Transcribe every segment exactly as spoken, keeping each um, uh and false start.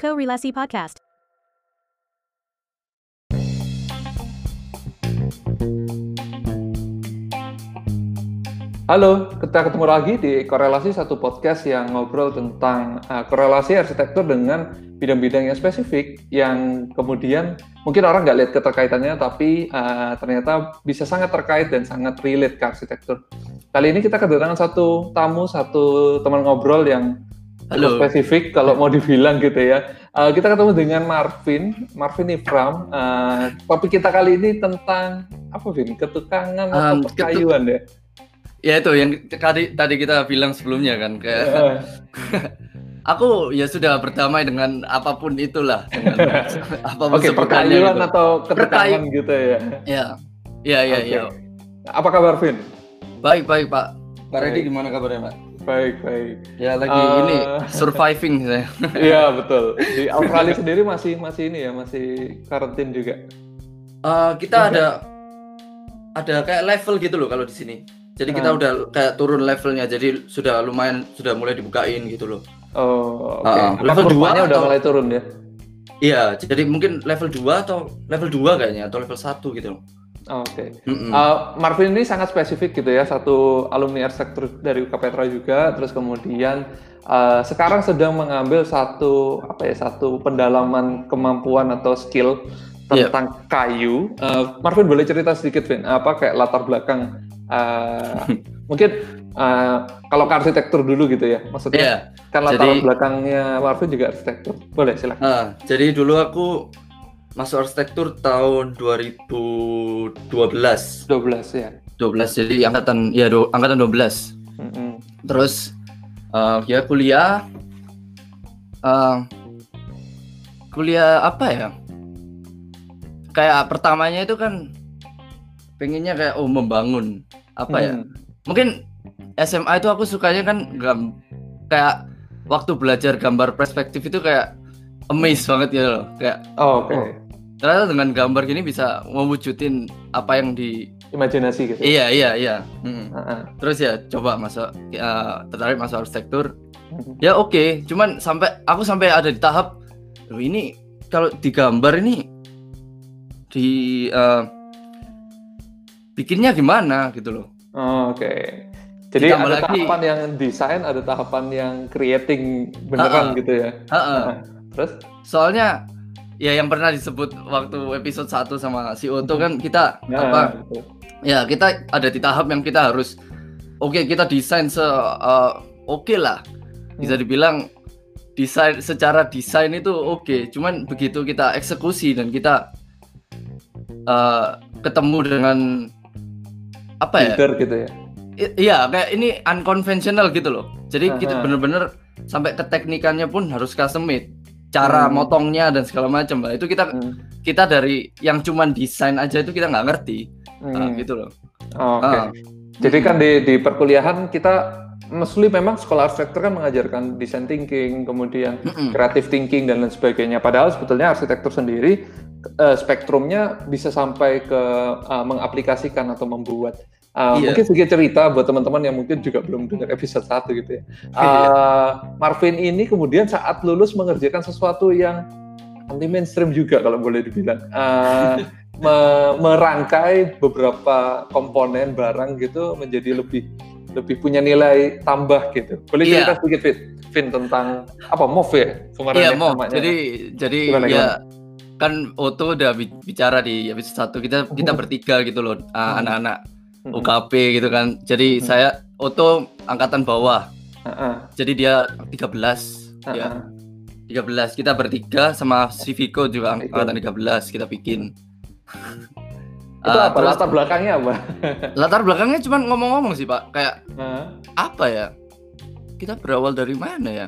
Korelasi Podcast. Halo, kita ketemu lagi di Korelasi, satu podcast yang ngobrol tentang uh, korelasi arsitektur dengan bidang-bidang yang spesifik yang kemudian mungkin orang nggak lihat keterkaitannya, tapi uh, ternyata bisa sangat terkait dan sangat relate ke arsitektur. Kali ini kita kedatangan satu tamu, satu teman ngobrol yang Halo. spesifik kalau mau dibilang gitu ya. Uh, kita ketemu dengan Marvin, Marvin Ifram. Uh, topik kita kali ini tentang apa, Vin? Ketukangan atau Um, perkayuan ya? Ya itu yang tadi tadi kita bilang sebelumnya kan kayak Uh, aku ya sudah berdamai dengan apapun itulah dengan apapun Oke, sebutannya perkayuan gitu. atau ketukangan Perkayu- gitu ya. Ya, ya, ya, Oke. ya. Apa kabar, Vin? Baik, baik Pak. Pak Baik. Reddy gimana kabarnya Pak? Baik, baik. Ya lagi Eh, ini surviving saya. Iya, betul. Di Australia sendiri masih masih ini ya, masih karantin juga. Eh, kita ada ada kayak level gitu loh kalau di sini. Jadi kita Ah. udah kayak turun levelnya, jadi sudah lumayan sudah mulai dibukain gitu loh. Oh, oke. Ah, Apa level dua kurvanya udah atau- mulai turun ya? Iya, jadi mungkin level dua atau level dua kayaknya atau level satu gitu loh. Oke. Mm-mm. Eh, Marvin ini sangat spesifik gitu ya, satu alumni arsitektur dari U K Petra juga, terus kemudian eh, sekarang sedang mengambil satu apa ya, satu pendalaman kemampuan atau skill tentang kayu. Eh, Marvin boleh cerita sedikit, Vin, apa kayak latar belakang eh, mungkin eh, kalau ke arsitektur dulu gitu ya, maksudnya Iya. kan latar jadi- belakangnya Marvin juga arsitektur. Boleh, silakan. Ah, jadi dulu aku masuk arsitektur tahun dua ribu dua belas. dua belas ya. dua belas jadi angkatan ya do, angkatan dua belas. Mm-mm. Terus eh, ya kuliah eh, kuliah apa ya? Kayak pertamanya itu kan pengennya kayak oh membangun apa ya? Hmm. Mungkin S M A itu aku sukanya kan gam, kayak waktu belajar gambar perspektif itu kayak amazed banget ya loh. Kayak Oh, oke. Oh. ternyata dengan gambar gini bisa mewujudin apa yang di Imajinasi gitu. iya iya iya Mm. Ah, ah. Terus ya coba masuk ya, tertarik masuk arsitektur Mhm. ya oke cuman sampai aku sampai ada di tahap loh ini kalau digambar ini di eh, bikinnya gimana gitu loh. Oh, oke. Jadi Ditambah ada lagi- tahapan yang desain, ada tahapan yang creating beneran Ha-ha. gitu ya. Ha-ha. Ah, terus? Soalnya ya yang pernah disebut waktu episode satu sama si Otto kan kita Nah, apa betul. ya kita ada di tahap yang kita harus oke kita desain se uh, oke lah bisa Hmm. dibilang desain secara desain itu oke cuman begitu kita eksekusi dan kita uh, ketemu dengan apa ya Builder gitu ya. I- iya kayak ini unconventional gitu loh jadi kita Aha. bener-bener sampai ke teknikannya pun harus custom made cara Hmm. motongnya dan segala macam lah itu kita Hmm. kita dari yang cuman desain aja itu kita nggak ngerti. Nah, Hmm. gitu loh. Oh, oke. Ah. Jadi kan di, di perkuliahan kita mostly memang sekolah arsitektur kan mengajarkan design thinking, kemudian Mm-mm. creative thinking dan lain sebagainya. Padahal sebetulnya arsitektur sendiri eh, spektrumnya bisa sampai ke eh, mengaplikasikan atau membuat. Eh, Iya. Mungkin sedikit cerita buat teman-teman yang mungkin juga belum dengar episode satu gitu ya. Iya. Eh, Marvin ini kemudian saat lulus mengerjakan sesuatu yang anti mainstream juga kalau boleh dibilang. Eh, me- merangkai beberapa komponen barang gitu menjadi lebih lebih punya nilai tambah gitu. Boleh Iya. cerita sedikit, Vin, Vin, tentang apa move ya kemarin Iya ya mau. namanya. Jadi jadi Gimana, ya kan Otto udah bi- bicara di episode satu kita kita Mhm. bertiga gitu loh ah, Mhm. anak-anak Mm-mm. U K P gitu kan. Jadi Mhm. saya Otto angkatan bawah. Ah, Jadi dia tiga belas ah, ya. ah. tiga belas kita bertiga sama si Viko juga ang- Viko. angkatan tiga belas kita bikin. Itu Ah, apa terus latar belakangnya apa? latar belakangnya cuma ngomong-ngomong sih Pak kayak Ah, apa ya kita berawal dari mana ya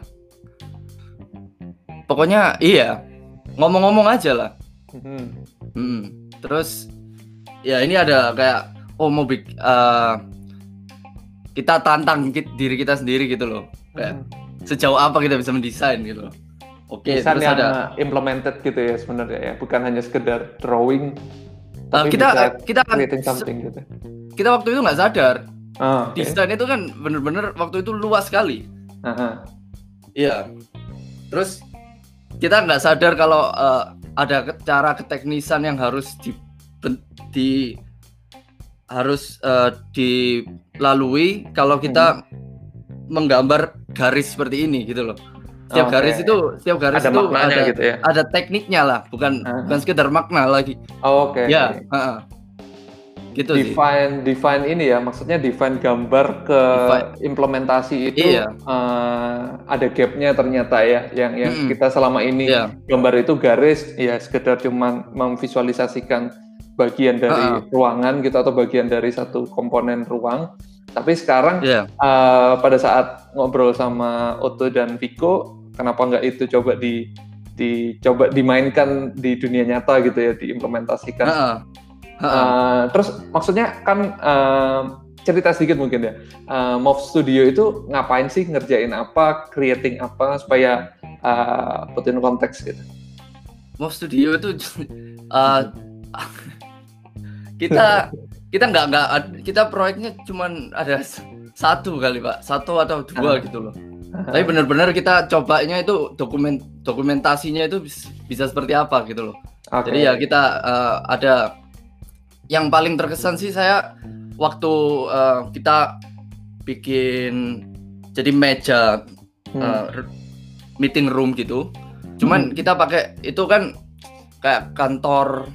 pokoknya iya ngomong-ngomong aja lah. mhm. Hmm. Terus ya ini ada kayak oh mau bik uh, kita tantang ki- diri kita sendiri gitu loh kayak sejauh apa kita bisa mendesain gitu loh. Oke Desain terus yang ada implemented gitu ya sebenarnya ya, bukan hanya sekedar drawing. uh, tapi kita bisa kita creating something gitu. kita waktu itu nggak sadar Ah, oke. desain itu kan bener-bener waktu itu luas sekali. Ah, ah. Iya. Terus kita nggak sadar kalau uh, ada ke- cara keteknisan yang harus di, di harus uh, dilalui kalau kita hmm. menggambar garis seperti ini gitu loh. Setiap okay. garis itu setiap garis ada itu maknanya ada gitu ya. Ada tekniknya lah, bukan uh-huh. bukan sekedar makna lagi. Oh, oke. Okay. Ya, uh-huh. gitu define sih. define ini ya, maksudnya define gambar ke define. Implementasi itu iya. uh, ada gapnya ternyata ya, yang yang mm-hmm. kita selama ini yeah. gambar itu garis ya sekedar cuman memvisualisasikan bagian dari uh-uh. ruangan gitu atau bagian dari satu komponen ruang. Tapi sekarang yeah. uh, pada saat ngobrol sama Otto dan Viko, kenapa nggak itu coba di dicoba dimainkan di dunia nyata gitu ya, diimplementasikan. Uh-uh. Uh, terus maksudnya kan uh, cerita sedikit mungkin ya, uh, Move Studio itu ngapain sih, ngerjain apa, creating apa supaya uh, put in konteks gitu. Move Studio itu uh, kita kita nggak nggak kita proyeknya cuman ada satu kali Pak, satu atau dua uh. gitu loh. Uh. Tapi benar-benar kita cobanya itu dokumen dokumentasinya itu bisa seperti apa gitu loh. Okay. Jadi ya kita uh, ada yang paling terkesan sih saya waktu uh, kita bikin jadi meja hmm. uh, meeting room gitu. Cuman hmm. kita pakai itu kan kayak kantor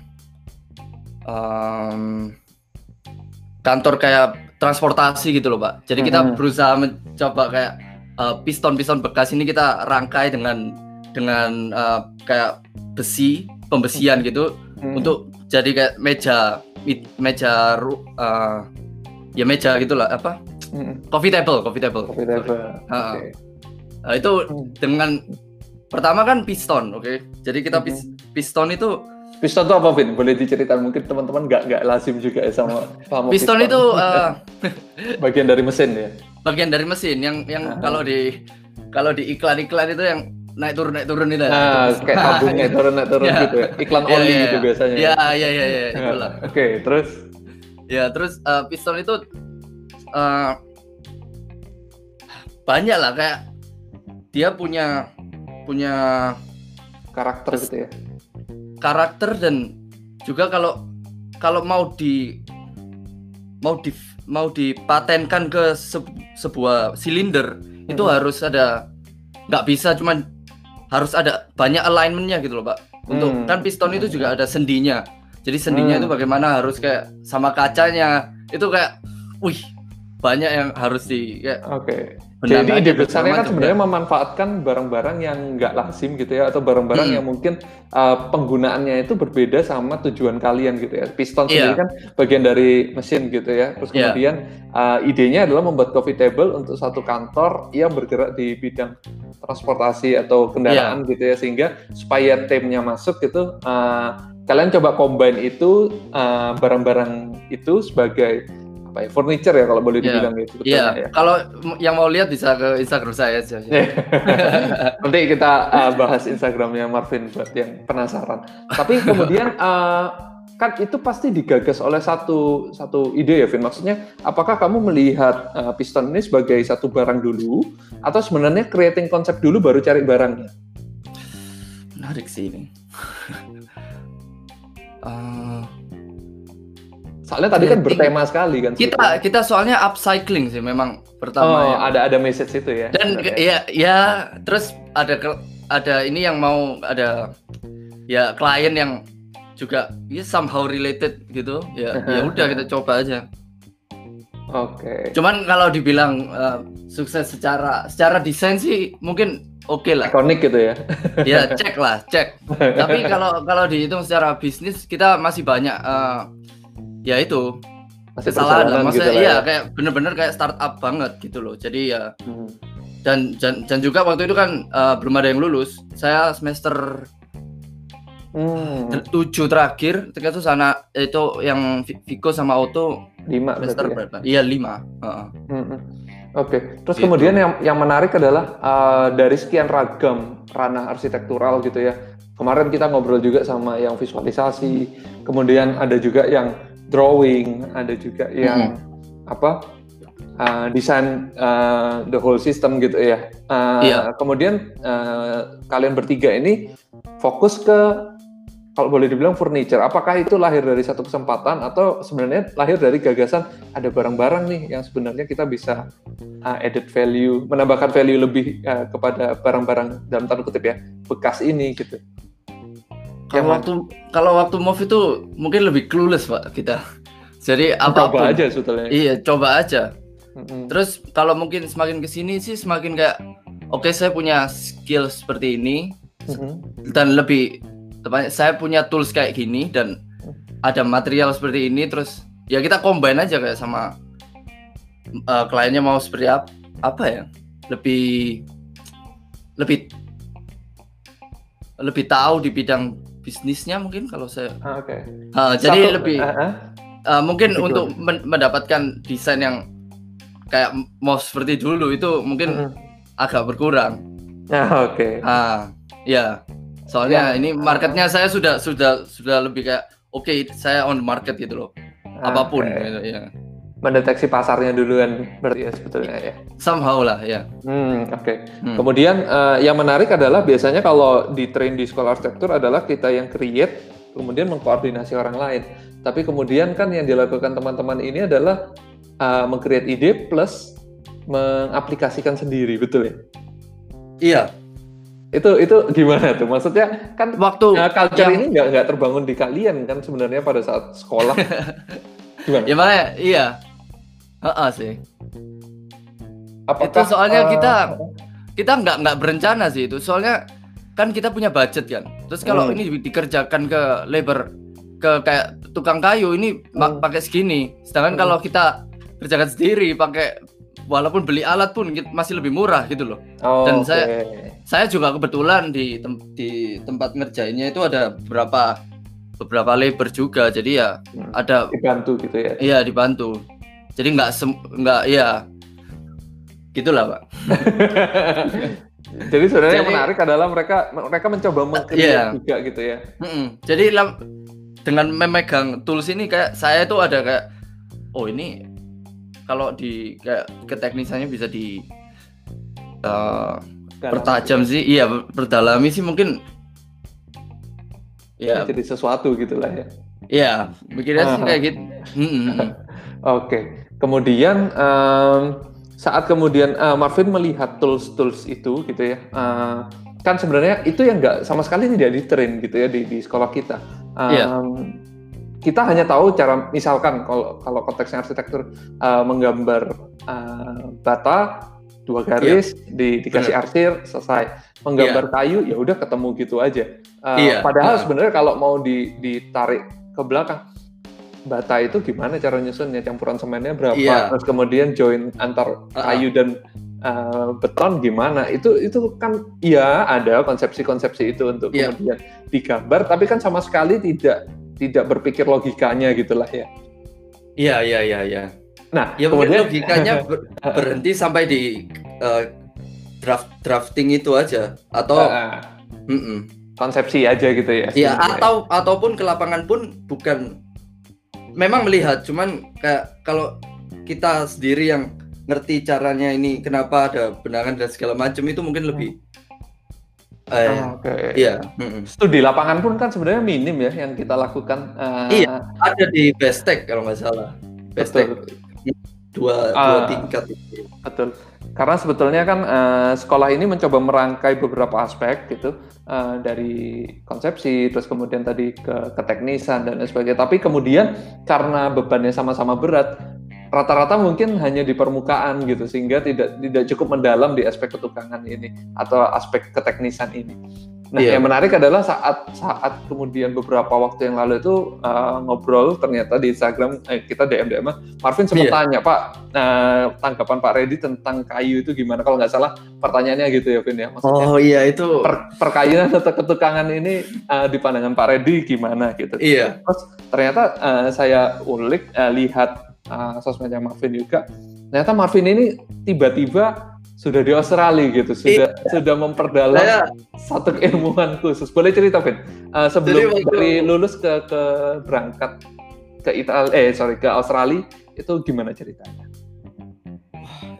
um, kantor kayak transportasi gitu loh Pak. Jadi kita hmm. berusaha mencoba kayak uh, piston-piston bekas ini kita rangkai dengan dengan uh, kayak besi pembesian gitu hmm. untuk jadi kayak meja meja uh, ya meja gitulah apa mm. coffee table coffee table, coffee table. Uh, okay. uh, itu mm. dengan pertama kan piston, oke okay? Jadi kita pis, piston itu piston itu apa Vin? Boleh diceritakan, mungkin teman-teman nggak nggak lazim juga ya sama piston, piston itu uh, bagian dari mesin ya, bagian dari mesin yang yang uh-huh. kalau di kalau di iklan-iklan itu yang naik turun naik turun itu. Nah, kayak tabung naik turun naik turun gitu ya. Iklan ya, oli ya, gitu ya. biasanya. Iya, iya, iya, ya, itulah. Oke, okay, terus ya, terus uh, piston itu uh, banyak lah, kayak dia punya punya karakter gitu ya. Karakter dan juga kalau kalau mau di mau di mau dipatenkan ke se- sebuah silinder hmm. itu harus ada, nggak bisa cuman harus ada banyak alignment-nya gitu loh Pak. Untuk hmm. kan piston itu juga ada sendinya. Jadi sendinya hmm. itu bagaimana harus kayak sama kacanya. Itu kayak wih, banyak yang harus di kayak oke. Okay. Jadi ide besarnya kan sebenarnya ya. Memanfaatkan barang-barang yang nggak lazim gitu ya, atau barang-barang hmm. yang mungkin uh, penggunaannya itu berbeda sama tujuan kalian gitu ya. Piston yeah. sendiri kan bagian dari mesin gitu ya. Terus yeah. kemudian uh, idenya adalah membuat coffee table untuk satu kantor yang bergerak di bidang transportasi atau kendaraan yeah. gitu ya, sehingga supaya timnya masuk gitu, uh, kalian coba combine itu uh, barang-barang itu sebagai apa ya, furniture ya kalau boleh dibilang yeah. gitu. Iya. Yeah. Ya. Kalau yang mau lihat bisa ke Instagram saya aja. Nanti kita uh, bahas Instagramnya Marvin buat yang penasaran. Tapi kemudian uh, kan itu pasti digagas oleh satu satu ide ya, Vin. Maksudnya apakah kamu melihat uh, piston ini sebagai satu barang dulu, atau sebenarnya creating konsep dulu baru cari barangnya? Menarik sih ini. uh... Soalnya tadi kan bertema sekali kan. Kita sebetulnya. kita soalnya upcycling sih memang pertama. Oh, ya. ada ada message itu ya. Dan ke, ya ya terus ada ada ini yang mau ada ya klien yang juga ya somehow related gitu. Ya ya udah kita coba aja. Oke. Okay. Cuman kalau dibilang uh, sukses secara secara desain sih mungkin oke okay lah. Ikonik gitu ya. Ya cek lah, cek. Tapi kalau kalau dihitung secara bisnis kita masih banyak uh, ya itu masih kesalahan, maksudnya gitu iya ya. Kayak bener-bener kayak startup banget gitu loh. Jadi ya hmm. dan, dan dan juga waktu itu kan uh, belum ada yang lulus. Saya semester hmm. tujuh terakhir, terus sana itu yang Viko sama Otto lima semester ya? berapa? Iya lima. Uh-uh. Hmm. Oke. Okay. Terus gitu. Kemudian yang yang menarik adalah uh, dari sekian ragam ranah arsitektural gitu ya. Kemarin kita ngobrol juga sama yang visualisasi, kemudian ada juga yang drawing, ada juga yang mm-hmm. apa uh, desain uh, the whole system gitu ya. Uh, Iya. Kemudian uh, kalian bertiga ini fokus ke, kalau boleh dibilang, furniture. Apakah itu lahir dari satu kesempatan atau sebenarnya lahir dari gagasan ada barang-barang nih yang sebenarnya kita bisa uh, added value, menambahkan value lebih uh, kepada barang-barang dalam tanda kutip ya bekas ini gitu. Kalau waktu kalau waktu move itu mungkin lebih clueless Pak kita. Jadi apapun. Coba aja sebetulnya. Iya, coba aja. Mm-hmm. Terus kalau mungkin semakin kesini sih semakin kayak oke okay, saya punya skill seperti ini mm-hmm. dan lebih tepatnya saya punya tools kayak gini dan ada material seperti ini, terus ya kita combine aja kayak sama uh, kliennya mau seperti apa, apa ya lebih lebih lebih tahu di bidang bisnisnya mungkin kalau saya. Ah, Oke. Okay. Uh, jadi Satu, lebih uh-huh. uh, mungkin Betul. untuk men- mendapatkan desain yang kayak mau seperti dulu itu mungkin uh-huh. agak berkurang. Ah, oke. Okay. Ah, ya. Soalnya ya, ini marketnya uh, saya sudah sudah sudah lebih kayak oke okay, saya on market gitu loh. Apapun okay. gitu ya. Mendeteksi pasarnya duluan berarti ya sebetulnya ya. Somehow lah ya. Hmm, oke. Okay. Hmm. Kemudian uh, yang menarik adalah biasanya kalau di train di sekolah arsitektur adalah kita yang create, kemudian mengkoordinasi orang lain. Tapi kemudian kan yang dilakukan teman-teman ini adalah uh, meng-create ide plus mengaplikasikan sendiri, betul ya? Iya. Itu itu gimana tuh? Maksudnya kan waktu uh, culture yang... ini nggak nggak terbangun di kalian kan sebenarnya pada saat sekolah. Gimana? Ya makanya iya. Heeh sih. Apakah, itu soalnya uh, kita kita nggak nggak berencana sih itu. Soalnya kan kita punya budget kan. Terus kalau hmm. ini dikerjakan ke labor ke kayak tukang kayu ini hmm. pakai segini. Sedangkan hmm. kalau kita kerjakan sendiri pakai walaupun beli alat pun masih lebih murah gitu loh. Oh, Dan okay. saya saya juga kebetulan di tem- di tempat ngerjainnya itu ada beberapa beberapa labor juga, jadi ya hmm, ada dibantu gitu ya. Iya dibantu, jadi nggak sem- nggak ya gitulah Pak. Jadi sebenarnya jadi, yang menarik adalah mereka mereka mencoba meng-create yeah. juga gitu ya. Mm-mm. Jadi dengan memegang tools ini kayak saya tuh ada kayak oh ini kalau di kayak keteknisannya bisa di uh, pertajam sih, iya perdalami sih mungkin. Ya, jadi sesuatu gitulah ya. Iya, mikirnya sih kayak gitu. Oke, okay. Kemudian um, saat kemudian uh, Marvin melihat tools-tools itu gitu ya, uh, kan sebenarnya itu yang nggak sama sekali tidak di-train gitu ya di, di sekolah kita. Um, yeah. Kita hanya tahu cara, misalkan kalau kalau konteksnya arsitektur uh, menggambar uh, bata dua garis yeah. di, dikasih Bener. arsir selesai. Menggambar yeah. kayu ya udah ketemu gitu aja. Uh, yeah. Padahal yeah. sebenarnya kalau mau di, ditarik ke belakang, bata itu gimana cara nyusunnya, campuran semennya berapa, yeah. terus kemudian join antar uh-uh. kayu dan uh, beton gimana, itu itu kan ya ada konsepsi-konsepsi itu untuk yeah. kemudian digambar, tapi kan sama sekali tidak tidak berpikir logikanya gitulah ya. Iya iya iya iya. Nah, ya kemudian logikanya ber, berhenti sampai di uh, draft drafting itu aja atau uh, konsepsi aja gitu ya. Iya, atau ya. Ataupun ke lapangan pun bukan memang melihat, cuman kayak kalau kita sendiri yang ngerti caranya ini kenapa ada benangan dan segala macam itu mungkin lebih Eh, oh, okay. Iya. Studi lapangan pun kan sebenarnya minim ya yang kita lakukan. Uh, iya, ada di Bestek kalau nggak salah. Bestek dua, uh, dua tingkat itu. Betul. Karena sebetulnya kan uh, sekolah ini mencoba merangkai beberapa aspek gitu uh, dari konsepsi, terus kemudian tadi ke keteknisan dan lain sebagainya. Tapi kemudian karena bebannya sama-sama berat, rata-rata mungkin hanya di permukaan gitu, sehingga tidak tidak cukup mendalam di aspek ketukangan ini atau aspek keteknisan ini. Nah, yeah. yang menarik adalah saat saat kemudian beberapa waktu yang lalu itu uh, ngobrol ternyata di Instagram eh, kita D M D M Marvin sempat yeah. tanya, Pak, uh, tanggapan Pak Reddy tentang kayu itu gimana? Kalau nggak salah pertanyaannya gitu ya, Vin ya. Maksudnya, oh iya itu per, perkayuan atau ketukangan ini uh, di pandangan Pak Reddy gimana gitu. Iya. Yeah. Terus ternyata uh, saya ulik uh, lihat Uh, sosmednya Marvin juga, ternyata Marvin ini tiba-tiba sudah di Australia gitu, sudah iya. sudah memperdalam Saya... satu keilmuan khusus. Boleh cerita, Vin? Uh, sebelum Jadi, dari lulus ke ke berangkat ke Italia, eh sorry ke Australia itu gimana ceritanya?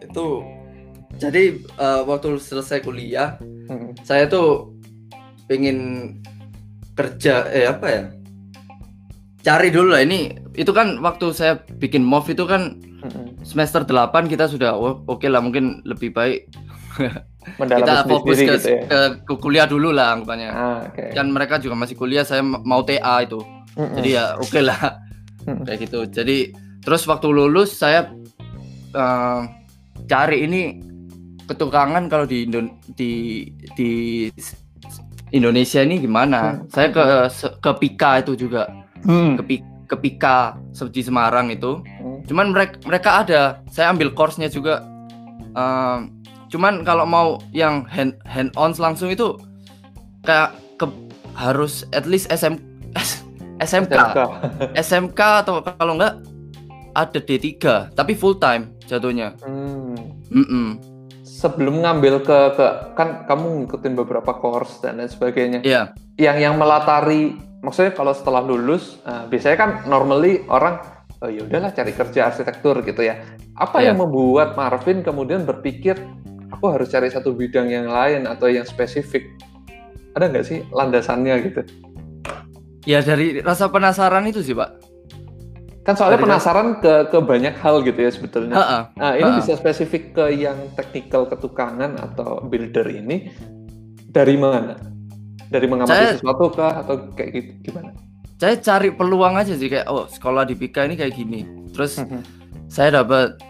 itu jadi uh, waktu selesai kuliah, Hmm. saya tuh pengen kerja eh apa ya? Cari dulu lah ini. Itu kan waktu saya bikin M O V itu kan Hmm. semester delapan kita sudah oh, oke okay lah mungkin lebih baik Mendalami kita fokus sendiri ke, gitu ya. ke, ke kuliah dulu lah anggapannya. Ah, okay. Kan mereka juga masih kuliah, saya mau T A itu. Hmm. Jadi ya oke okay lah. Hmm. Kayak gitu. Jadi terus waktu lulus saya uh, cari ini ketukangan kalau di Indo- di di Indonesia ini gimana? Hmm. Saya ke ke Pika itu juga. Hmm. Ke, ke Pika di Semarang itu. Hmm. Cuman mereka mereka ada. Saya ambil course-nya juga. Uh, cuman kalau mau yang hand hand on langsung itu kayak ke, harus at least S M S M K. S M K atau kalau enggak ada D tiga tapi full time jatuhnya. Hmm. Sebelum ngambil ke, ke kan kamu ngikutin beberapa course dan lain sebagainya. Iya. Yeah. Yang yang melatari, maksudnya kalau setelah lulus, uh, biasanya kan normally orang oh ya udahlah cari kerja arsitektur gitu ya. Apa yeah. yang membuat Marvin kemudian berpikir aku harus cari satu bidang yang lain atau yang spesifik? Ada nggak sih landasannya gitu? Ya dari rasa penasaran itu sih Pak. Kan soalnya dari penasaran ke ke banyak hal gitu ya sebetulnya. Ha-ha. Nah ini Ha-ha. bisa spesifik ke yang technical ketukangan atau builder ini dari mana? Dari mengamati saya, sesuatu kah atau kayak gitu gimana? Saya cari peluang aja sih kayak oh sekolah di Pika ini kayak gini. Terus mm-hmm. saya dapat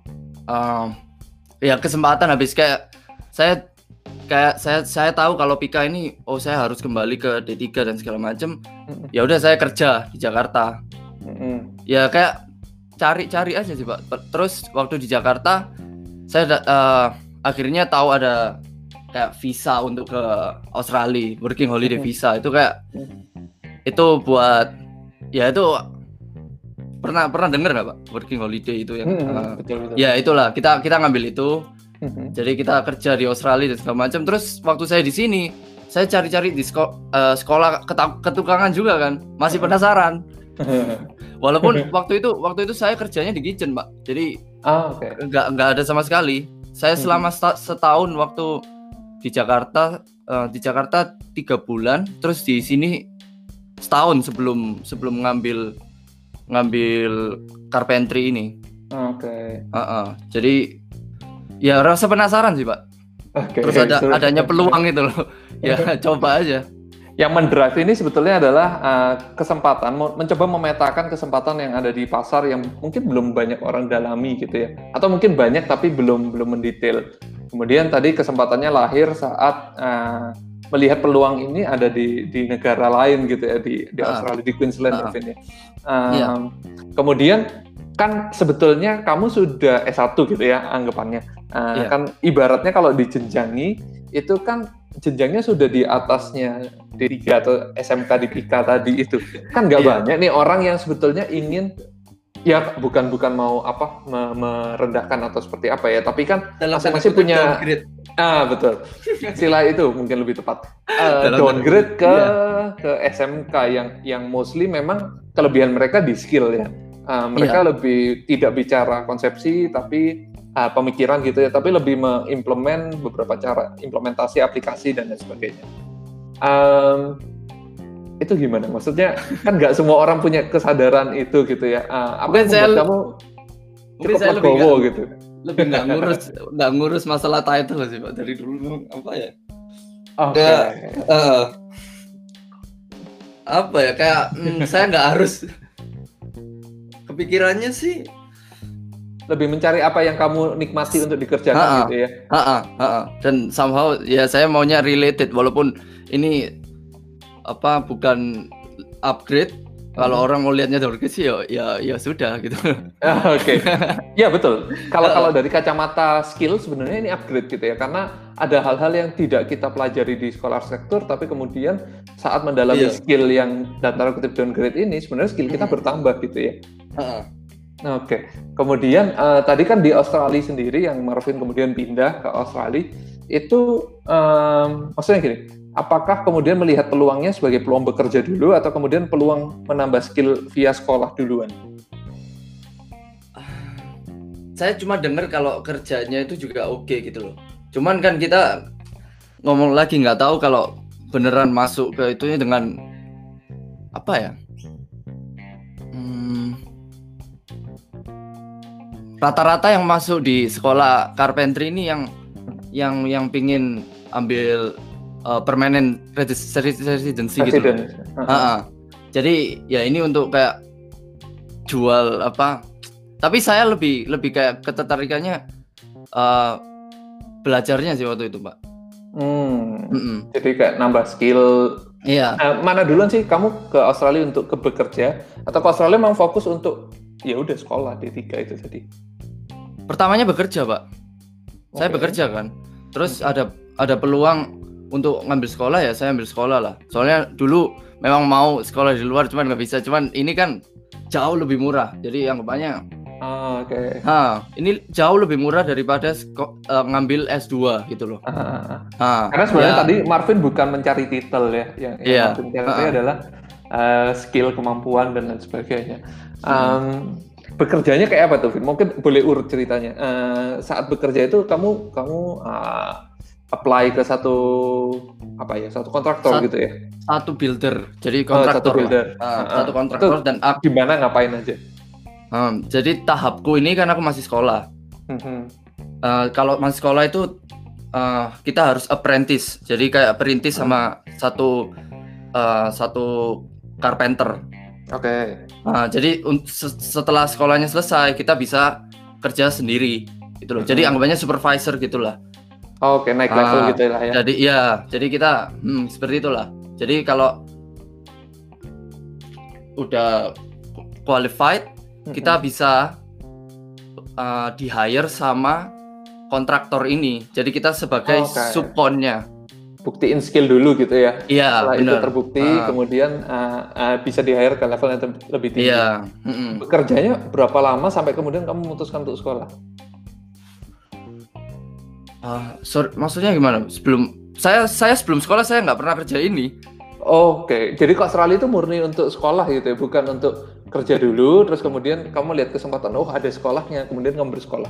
um, ya kesempatan habis kayak saya kayak saya saya tahu kalau Pika ini oh saya harus kembali ke D tiga dan segala macam. Mm-hmm. Ya udah saya kerja di Jakarta. Mm-hmm. Ya kayak cari-cari aja sih Pak. Terus waktu di Jakarta saya uh, akhirnya tahu ada kayak visa untuk ke Australia, working holiday visa. Itu kayak itu buat ya itu pernah pernah dengar nggak Pak working holiday itu yang hmm, uh, betul, betul. Ya itulah kita kita ngambil itu. Hmm. Jadi kita kerja di Australia dan segala macam. Terus waktu saya di sini saya cari-cari di sko- uh, sekolah ketukangan juga kan, masih penasaran. Walaupun waktu itu waktu itu saya kerjanya di kitchen Pak. Jadi ah, okay. nggak nggak ada sama sekali. Saya selama hmm. setahun waktu di Jakarta uh, di Jakarta tiga bulan, terus di sini setahun sebelum sebelum ngambil ngambil carpentry ini. Oke. Okay. Uh-uh. Jadi ya rasa penasaran sih Pak. Okay. Terus ada so, adanya peluang itu loh. Ya coba aja. Yang mendrive ini sebetulnya adalah uh, kesempatan, mencoba memetakan kesempatan yang ada di pasar yang mungkin belum banyak orang dalami gitu ya, atau mungkin banyak tapi belum belum mendetail. Kemudian tadi kesempatannya lahir saat uh, melihat peluang ini ada di di negara lain gitu ya, di di Australia, uh, di Queensland uh, ya. Uh, yeah. Kemudian kan sebetulnya kamu sudah S satu gitu ya anggapannya, uh, yeah. kan ibaratnya kalau dijenjangi itu kan jenjangnya sudah di atasnya D tiga atau S M K di Pika tadi itu. Kan nggak yeah. banyak nih orang yang sebetulnya ingin, ya bukan bukan mau apa me- merendahkan atau seperti apa ya, tapi kan masing-masing punya downgrade. Ah betul, istilah itu mungkin lebih tepat. Uh, downgrade ke yeah. ke S M K yang yang mostly memang kelebihan mereka di skill ya. Uh, mereka yeah. lebih tidak bicara konsepsi tapi Uh, pemikiran gitu ya, tapi lebih mengimplement beberapa cara implementasi aplikasi dan lain sebagainya. Um, itu gimana? Maksudnya kan nggak semua orang punya kesadaran itu gitu ya. Uh, apa yang membuat kamu cukup legowo gitu? Lebih nggak ngurus nggak ngurus masalah title sih Pak dari dulu apa ya? Oke. Okay. Uh, apa ya kayak mm, saya nggak harus kepikirannya sih. Lebih mencari apa yang kamu nikmati untuk dikerjakan ha-ha. Gitu ya. Ha-ha. Ha-ha. Dan somehow ya saya maunya related walaupun ini apa bukan upgrade. Kalau hmm. orang mau lihatnya downgrade sih ya ya, ya sudah gitu. Ah, Oke. Okay. Ya betul. Kalau kalau dari kacamata skill sebenarnya ini upgrade gitu ya, karena ada hal-hal yang tidak kita pelajari di sekolah arsitektur tapi kemudian saat mendalami yeah. skill yang dalam tanda kutip downgrade ini sebenarnya skill kita hmm. bertambah gitu ya. Ha-ha. Oke, okay. Kemudian uh, tadi kan di Australia sendiri yang Marvin kemudian pindah ke Australia itu um, maksudnya gini, apakah kemudian melihat peluangnya sebagai peluang bekerja dulu atau kemudian peluang menambah skill via sekolah duluan? saya cuma dengar kalau kerjanya itu juga oke gitu loh. Cuman kan kita ngomong lagi nggak tahu kalau beneran masuk ke itunya dengan apa ya? Hmm, rata-rata yang masuk di sekolah carpentry ini yang yang yang pingin ambil uh, permanent residency gitu loh. Uh-huh. Jadi ya ini untuk kayak jual apa? Tapi saya lebih lebih kayak ketertarikannya uh, belajarnya sih waktu itu, Pak. Hmm. Mm-mm. Jadi kayak nambah skill. Iya. Nah, mana duluan sih kamu ke Australia untuk ke bekerja atau ke Australia memang fokus untuk ya udah sekolah D tiga itu tadi? Pertamanya bekerja, Pak. Okay. Saya bekerja kan. Terus okay. ada ada peluang untuk ngambil sekolah ya saya ambil sekolah lah. Soalnya dulu memang mau sekolah di luar cuman nggak bisa. Cuman ini kan jauh lebih murah. Jadi anggapannya Oh, oke. Okay. Nah, ini jauh lebih murah daripada sko- uh, ngambil S dua gitu loh. Ah, ah. Karena sebenarnya ya. Tadi Marvin bukan mencari titel ya, yang, yang yeah. Marvin cari ah. adalah uh, skill, kemampuan dan lain sebagainya. Um, hmm. Bekerjanya kayak apa tuh, Vin? Mungkin boleh urut ceritanya. Uh, saat bekerja itu kamu kamu uh, apply ke satu apa ya, satu kontraktor Sat, gitu ya? Satu builder, jadi kontraktor. Oh, satu builder. Uh, uh, satu kontraktor dan aku gimana ngapain aja? Hmm, jadi tahapku ini kan aku masih sekolah. Mm-hmm. Uh, kalau masih sekolah itu uh, kita harus apprentice. Jadi kayak perintis mm-hmm. sama satu uh, satu carpenter. Oke. Okay. Uh, jadi un- setelah sekolahnya selesai kita bisa kerja sendiri, gitu loh. Mm-hmm. Jadi anggapannya supervisor gitulah. Oh, Oke, okay. naik level uh, gitu lah ya. Jadi ya, jadi kita hmm, seperti itulah. Jadi kalau udah qualified kita bisa uh, di hire sama kontraktor ini. Jadi kita sebagai okay. subkonnya. Buktiin skill dulu gitu ya. Iya, setelah bener. itu terbukti, uh. kemudian uh, uh, bisa di hire ke level yang te- lebih tinggi. Iya. Mm-mm. Bekerjanya berapa lama sampai kemudian kamu memutuskan untuk sekolah? Uh, sorry, maksudnya gimana? Sebelum saya saya sebelum sekolah saya nggak pernah kerja ini. Oh, Oke, okay. Jadi kok Australia itu murni untuk sekolah gitu ya, bukan untuk kerja dulu, terus kemudian kamu lihat kesempatan, oh ada sekolahnya, kemudian kamu bersekolah.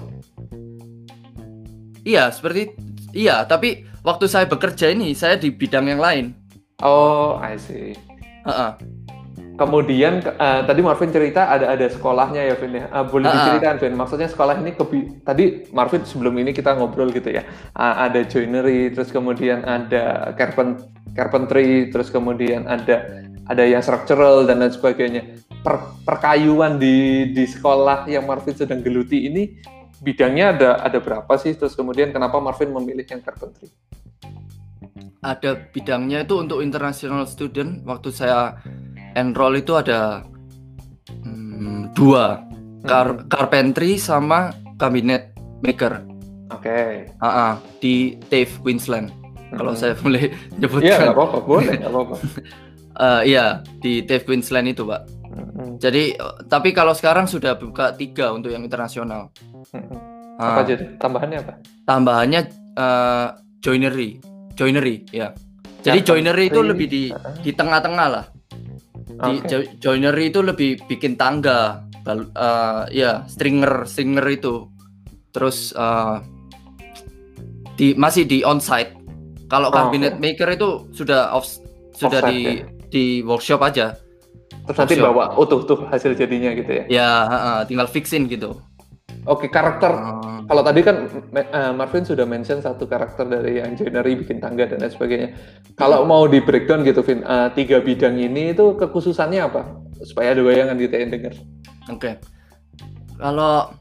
Iya, seperti iya, tapi waktu saya bekerja ini saya di bidang yang lain. Oh, I see. Uh-uh. Kemudian uh, tadi Marvin cerita ada ada sekolahnya ya, Vin ya. Uh, boleh uh-uh. diceritain, Vin? Maksudnya sekolah ini kebi- tadi Marvin sebelum ini kita ngobrol gitu ya. Uh, ada joinery, terus kemudian ada carpent carpentry, terus kemudian ada ada yang structural dan lain sebagainya. Per, perkayuan di di sekolah yang Marvin sedang geluti ini bidangnya ada ada berapa sih? Terus kemudian kenapa Marvin memilih yang carpentry? Ada bidangnya itu untuk international student. Waktu saya enroll itu ada hmm, dua, Car- carpentry sama cabinet maker. Oke. Okay. Uh-uh, di T A F E Queensland. Mm-hmm. Kalau saya boleh nyebutkan. Iya, nggak apa-apa, boleh, nggak apa-apa. uh, iya, di T A F E Queensland itu, Pak. Mm-hmm. Jadi, tapi kalau sekarang sudah buka tiga untuk yang internasional. Mm-hmm. Apa uh, aja? Tambahannya apa? Tambahannya uh, joinery, joinery, ya. Jadi ya, joinery itu lebih di uh-huh. di tengah-tengah lah. Di okay. jo- joinery itu lebih bikin tangga, uh, ya stringer, stringer itu. Terus uh, di masih di onsite. Kalau oh, cabinet okay. maker itu sudah off, sudah offsite, di ya? Di workshop aja. Terus nanti bawa utuh tuh hasil jadinya gitu ya? Ya, uh, tinggal fixin gitu. Oke, okay, karakter. Uh, kalau tadi kan uh, Marvin sudah mention satu karakter dari yang joinery, bikin tangga dan lain sebagainya. Kalau mau di breakdown gitu, Vin, uh, tiga bidang ini itu kekhususannya apa? Supaya ada bayangan gitu yang dengar. Oke. Okay. Kalau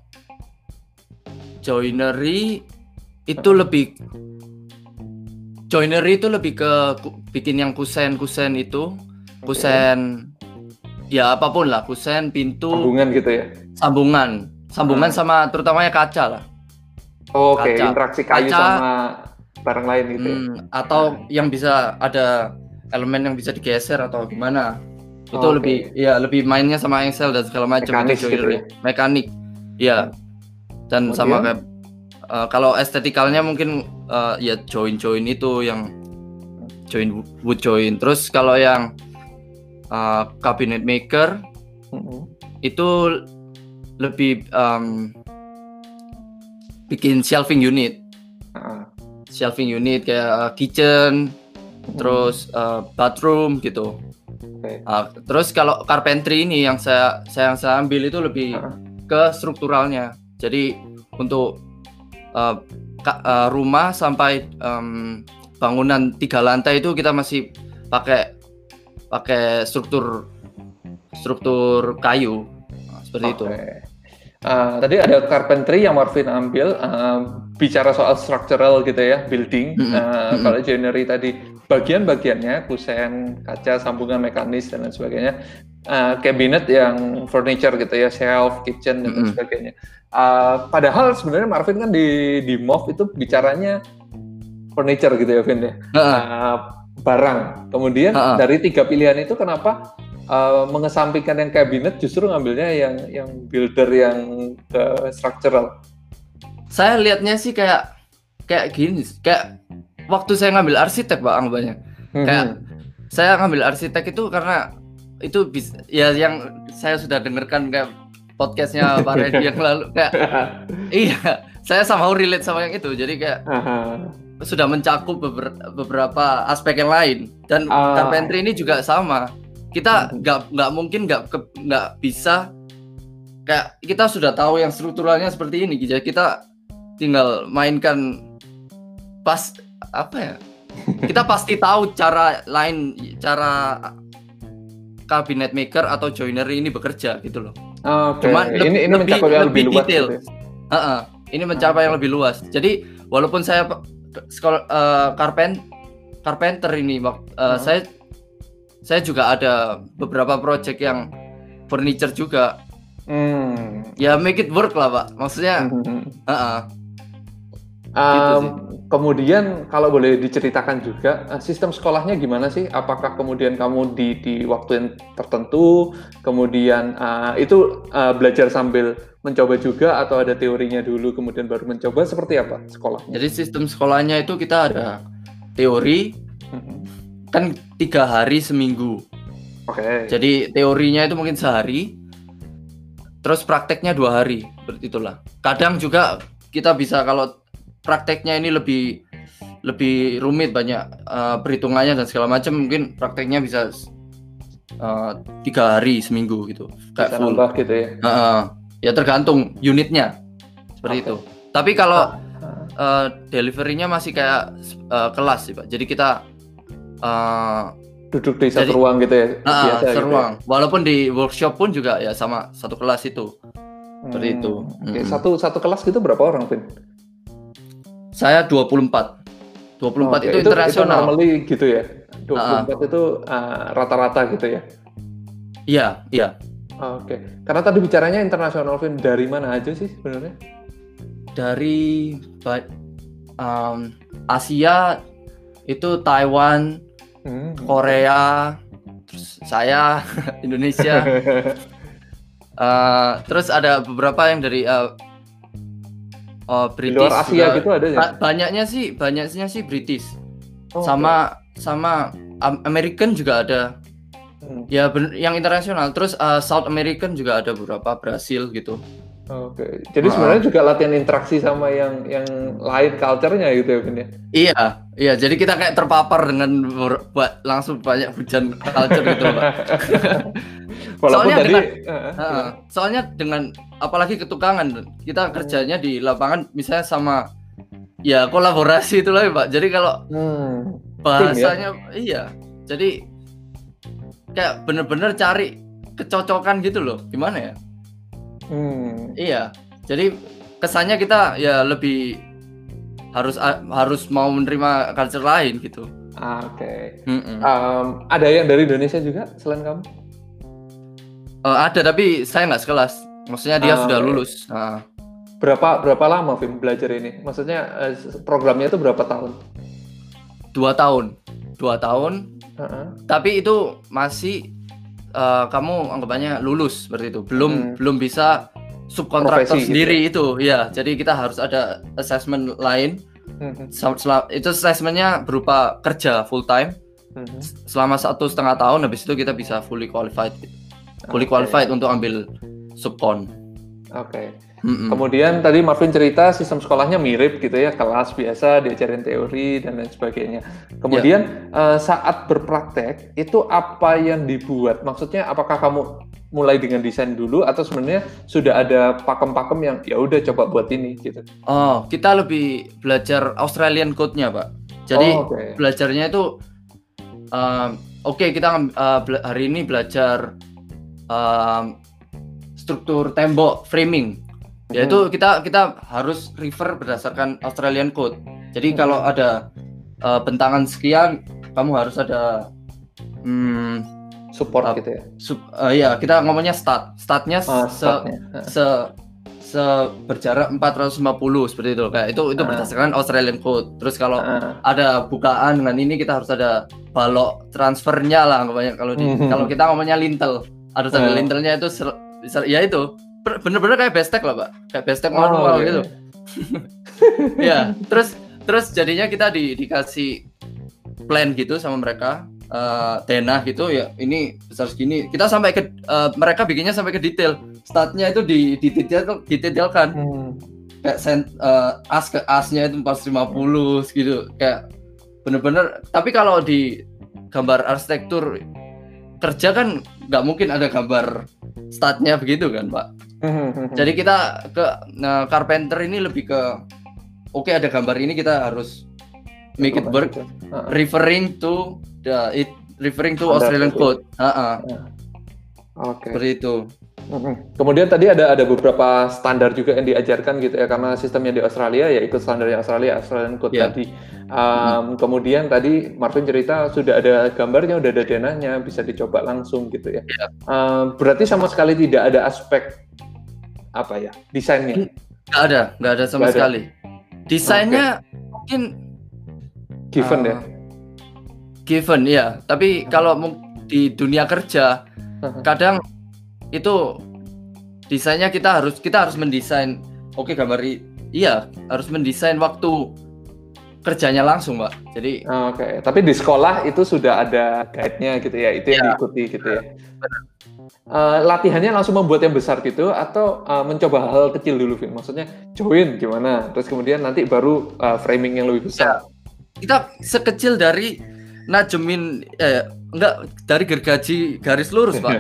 joinery itu uh. lebih joinery itu lebih ke bikin yang kusen-kusen itu, kusen okay. ya apapun lah, kusen, pintu, sambungan gitu ya. Sambungan. Sambungan hmm. sama terutamanya kaca lah. Oh, Oke, okay. Interaksi kayu kaca, sama barang lain gitu ya. Hmm, atau yang bisa ada elemen yang bisa digeser atau gimana. Itu oh, lebih okay. ya lebih mainnya sama engsel dan segala macam itu gitu ya. Mekanik. Iya. Dan Kemudian? sama kayak uh, kalau estetikalnya mungkin uh, ya join-join itu yang join wood join. Terus kalau yang uh, cabinet maker mm-hmm. itu lebih um, bikin shelving unit. Uh-uh. Shelving unit kayak uh, kitchen, hmm. terus uh, bathroom gitu. Okay. Uh, terus kalau carpentry ini yang saya saya yang saya ambil itu lebih uh-uh. ke strukturalnya. Jadi untuk uh, ka, uh, rumah sampai um, bangunan tiga lantai itu kita masih pakai pakai struktur struktur kayu nah, seperti okay. itu. Uh, tadi ada carpentry yang Marvin ambil, uh, bicara soal structural gitu ya, building. Mm-hmm. Uh, mm-hmm. Kalau joinery tadi bagian-bagiannya, kusen, kaca, sambungan mekanis dan lain sebagainya. Uh, cabinet yang furniture gitu ya, shelf, kitchen dan lain mm-hmm. sebagainya. Uh, padahal sebenarnya Marvin kan di di M O V itu bicaranya furniture gitu ya, Vin ya. Uh-uh. Uh, barang. Kemudian uh-uh. dari tiga pilihan itu kenapa Uh, mengesampingkan yang kabinet justru ngambilnya yang yang builder yang ke structural? Saya lihatnya sih kayak kayak gini, kayak waktu saya ngambil arsitek Pak anggapannya. Hmm. Kayak saya ngambil arsitek itu karena itu bisa ya yang saya sudah dengarkan kayak podcastnya Pak Reddy yang lalu kayak iya, saya somehow relate sama yang itu. Jadi kayak uh-huh. sudah mencakup beber, beberapa aspek yang lain dan uh. carpentry ini juga sama. Kita nggak nggak mungkin nggak nggak bisa kayak kita sudah tahu yang strukturalnya seperti ini, jadi kita tinggal mainkan pas apa ya? Kita pasti tahu cara lain, cara cabinet maker atau joinery ini bekerja gitu loh. Okay. Cuman ini ini lebih, mencapai yang lebih lebih detail. Luas, gitu ya? uh-uh. Ini mencapai yang lebih luas. Jadi walaupun saya sekolah uh, carpent carpenter ini, uh, hmm. saya Saya juga ada beberapa project yang furniture juga. Hmm. Ya make it work lah Pak. Maksudnya. Hmm. Uh-uh. Um, gitu kemudian kalau boleh diceritakan juga sistem sekolahnya gimana sih? Apakah kemudian kamu di di waktu yang tertentu, kemudian uh, itu uh, belajar sambil mencoba juga atau ada teorinya dulu kemudian baru mencoba, seperti apa sekolahnya? Jadi sistem sekolahnya itu kita ada teori. Hmm. Kan tiga hari seminggu. Oke. Okay. Jadi teorinya itu mungkin sehari, terus prakteknya dua hari, seperti itulah. Kadang juga kita bisa kalau prakteknya ini lebih lebih rumit, banyak uh, perhitungannya dan segala macam, mungkin prakteknya bisa uh, tiga hari seminggu gitu. Kayak full gitu ya. Uh, ya tergantung unitnya, seperti okay. itu. Tapi kalau uh, deliverynya masih kayak uh, kelas sih Pak. Jadi kita Uh, duduk di satu jadi, ruang gitu ya, uh, biasa satu gitu ruang. Ya? Walaupun di workshop pun juga ya sama satu kelas itu, hmm, seperti itu. Okay. Hmm. Satu satu kelas gitu berapa orang, Vin? Saya dua puluh empat. dua puluh empat oh, okay. itu, itu internasional. Itu normally gitu ya. dua puluh empat uh, itu uh, rata-rata gitu ya. Iya, iya. Oh, Oke. Okay. Karena tadi bicaranya internasional, Vin, dari mana aja sih sebenarnya? Dari um, Asia itu Taiwan, Hmm. Korea, terus saya Indonesia, uh, terus ada beberapa yang dari uh, uh, British. Di luar Asia juga, gitu ada ya? Banyaknya sih, banyaknya sih British, oh, sama okay. sama American juga ada, hmm. ya ben- yang internasional. Terus uh, South American juga ada beberapa, Brasil gitu. Oke, okay. Jadi uh, sebenarnya juga latihan interaksi sama yang yang lain culture-nya gitu ya, Vin ya? Iya, iya. Jadi kita kayak terpapar dengan buat langsung banyak hujan culture gitu, Pak. soalnya tadi, dengan, uh, uh, soalnya dengan apalagi ketukangan, kita kerjanya di lapangan, misalnya sama ya kolaborasi itu lah, Pak. Jadi kalau hmm, bahasanya, ya? Iya. Jadi kayak bener-bener cari kecocokan gitu loh, gimana ya? Hmm. Iya, jadi kesannya kita ya lebih harus harus mau menerima culture lain gitu. Ah, Oke. Okay. Um, ada yang dari Indonesia juga selain kamu? Uh, ada, tapi saya nggak sekelas. Maksudnya dia ah, sudah lulus. Nah. Berapa berapa lama Vin belajar ini? Maksudnya uh, programnya itu berapa tahun? Dua tahun. Dua tahun. Uh-huh. Tapi itu masih Uh, kamu anggapannya lulus seperti itu, belum hmm. belum bisa subkontraktor sendiri gitu. Itu ya, jadi kita harus ada assessment lain. hmm. Sel- sel- itu assessmentnya berupa kerja full time hmm. selama satu setengah tahun, habis itu kita bisa fully qualified fully okay. qualified untuk ambil subkon. Oke. Okay. Mm-mm. Kemudian tadi Marvin cerita sistem sekolahnya mirip gitu ya, kelas biasa diajarin teori dan lain sebagainya. Kemudian yeah. uh, saat berpraktek itu apa yang dibuat? Maksudnya apakah kamu mulai dengan desain dulu atau sebenarnya sudah ada pakem-pakem yang ya udah coba buat ini gitu? Oh, kita lebih belajar Australian Code-nya, Pak. Jadi oh, okay. belajarnya itu um, oke okay, kita uh, hari ini belajar um, struktur tembok framing. Yaitu kita kita harus refer berdasarkan Australian Code. Jadi hmm. kalau ada uh, bentangan sekian, kamu harus ada hmm, support uh, gitu ya. Sup, uh, ya kita ngomongnya stat. Statnya oh, se, se se berjarak empat ratus lima puluh seperti itu. Kayak itu itu uh. berdasarkan Australian Code. Terus kalau uh. ada bukaan dengan ini kita harus ada balok transfernya lah ngomongnya. Kalau di hmm. kalau kita ngomongnya lintel, harus ada uh. lintelnya itu bisa ya itu. Bener-bener kayak bestek lah Pak, kayak bestek manual oh, gitu. Ya, terus terus jadinya kita di, dikasih plan gitu sama mereka, uh, denah gitu ya. Ini besar segini. Kita sampai ke uh, mereka bikinnya sampai ke detail. Statnya itu di detail detailkan. Hmm. Kayak sent, uh, as ke asnya itu empat ratus lima puluh gitu. Kayak bener-bener. Tapi kalau di gambar arsitektur kerja kan nggak mungkin ada gambar statnya begitu kan Pak. Jadi kita ke nah, carpenter ini lebih ke oke okay, ada gambar ini kita harus make it work uh-huh. referring to the it referring to Australian Code. Uh-huh. Yeah. Oke. Okay. Seperti itu. Uh-huh. Kemudian tadi ada ada beberapa standar juga yang diajarkan gitu ya karena sistemnya di Australia ya ikut standarnya Australia Australian Code yeah. tadi. Um, uh-huh. Kemudian tadi Marvin cerita sudah ada gambarnya, udah ada denahnya, bisa dicoba langsung gitu ya. Yeah. Um, berarti sama sekali tidak ada aspek apa ya desainnya? Nggak ada, nggak ada sama nggak sekali. Ada. Desainnya okay. mungkin given uh, ya. Given ya, tapi uh-huh. kalau di dunia kerja uh-huh. kadang itu desainnya kita harus kita harus mendesain. Oke okay, gambar iya harus mendesain waktu kerjanya langsung Pak. Jadi oke, okay. Tapi di sekolah itu sudah ada guide-nya gitu ya, itu yang ya. diikuti gitu ya. Benar. Uh, latihannya langsung membuat yang besar gitu atau uh, mencoba hal kecil dulu, Vin? Maksudnya join gimana, terus kemudian nanti baru uh, framing yang lebih besar. Ya, kita sekecil dari najemin, eh, enggak dari gergaji garis lurus Pak.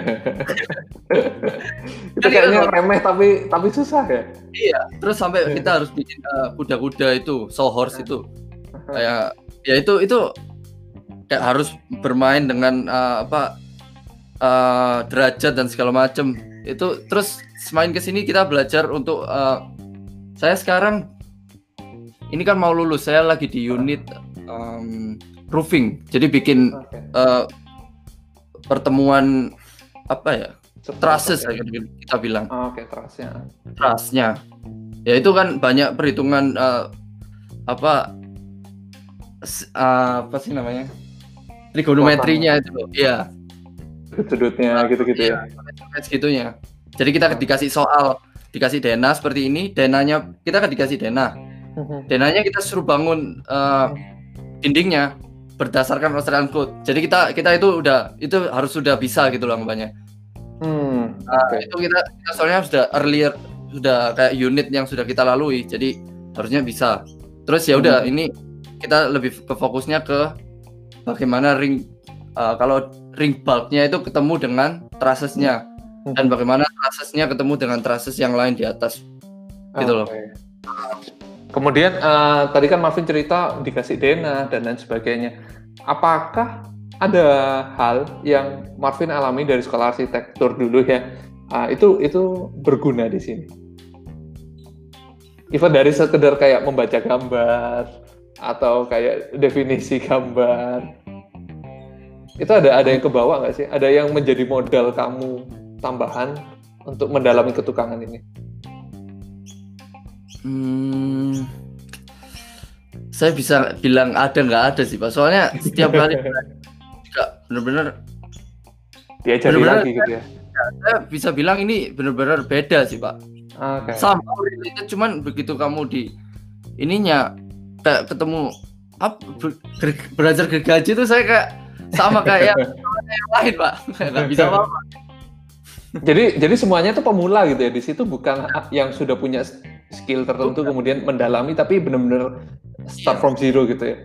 Itu kayaknya remeh tapi tapi susah ya. Iya, terus sampai kita harus bikin uh, kuda-kuda itu, sawhorse itu, kayak ya itu itu kayak harus bermain dengan uh, apa? Uh, derajat dan segala macam itu. Terus semakin kesini kita belajar untuk uh, saya sekarang ini kan mau lulus, saya lagi di unit um, roofing, jadi bikin okay. uh, pertemuan apa ya trusses ya kita bilang. Oh, oke okay, trusnya trusnya ya itu kan banyak perhitungan uh, apa uh, apa sih namanya trigonometrinya itu ya sudutnya gitu-gitu ya. Segitunya. Jadi kita dikasih soal, dikasih denah seperti ini, denahnya kita kan dikasih denah. Denahnya kita suruh bangun uh, dindingnya berdasarkan Australian Code. Jadi kita kita itu udah itu harus sudah bisa gitu loh anggapannya. Hmm, okay. Nah, itu kita, kita soalnya sudah earlier sudah kayak unit yang sudah kita lalui. Jadi harusnya bisa. Terus ya udah hmm. ini kita lebih ke fokusnya ke bagaimana ring uh, kalau ring bulknya itu ketemu dengan trussesnya hmm. dan bagaimana trussesnya ketemu dengan trusses yang lain di atas gitu loh. Okay. Kemudian uh, tadi kan Marvin cerita dikasih denah dan lain sebagainya. Apakah ada hal yang Marvin alami dari sekolah arsitektur dulu ya? Uh, itu itu berguna di sini. Even dari sekedar kayak membaca gambar atau kayak definisi gambar. Itu ada ada yang kebawa nggak sih? Ada yang menjadi modal kamu tambahan untuk mendalami ketukangan ini? Hmm, saya bisa bilang ada nggak ada sih Pak. Soalnya setiap kali juga benar-benar diajari lagi gitu ya. Saya bisa bilang ini benar-benar beda sih Pak. Okay. Sama related, cuman begitu kamu di ininya kayak ketemu apa belajar gergaji itu saya kayak sama kayak yang lain Pak, nggak bisa apa-apa. Jadi jadi semuanya tuh pemula gitu ya di situ, bukan yang sudah punya skill tertentu Bukan. kemudian mendalami, tapi benar-benar start Iya. from zero gitu ya.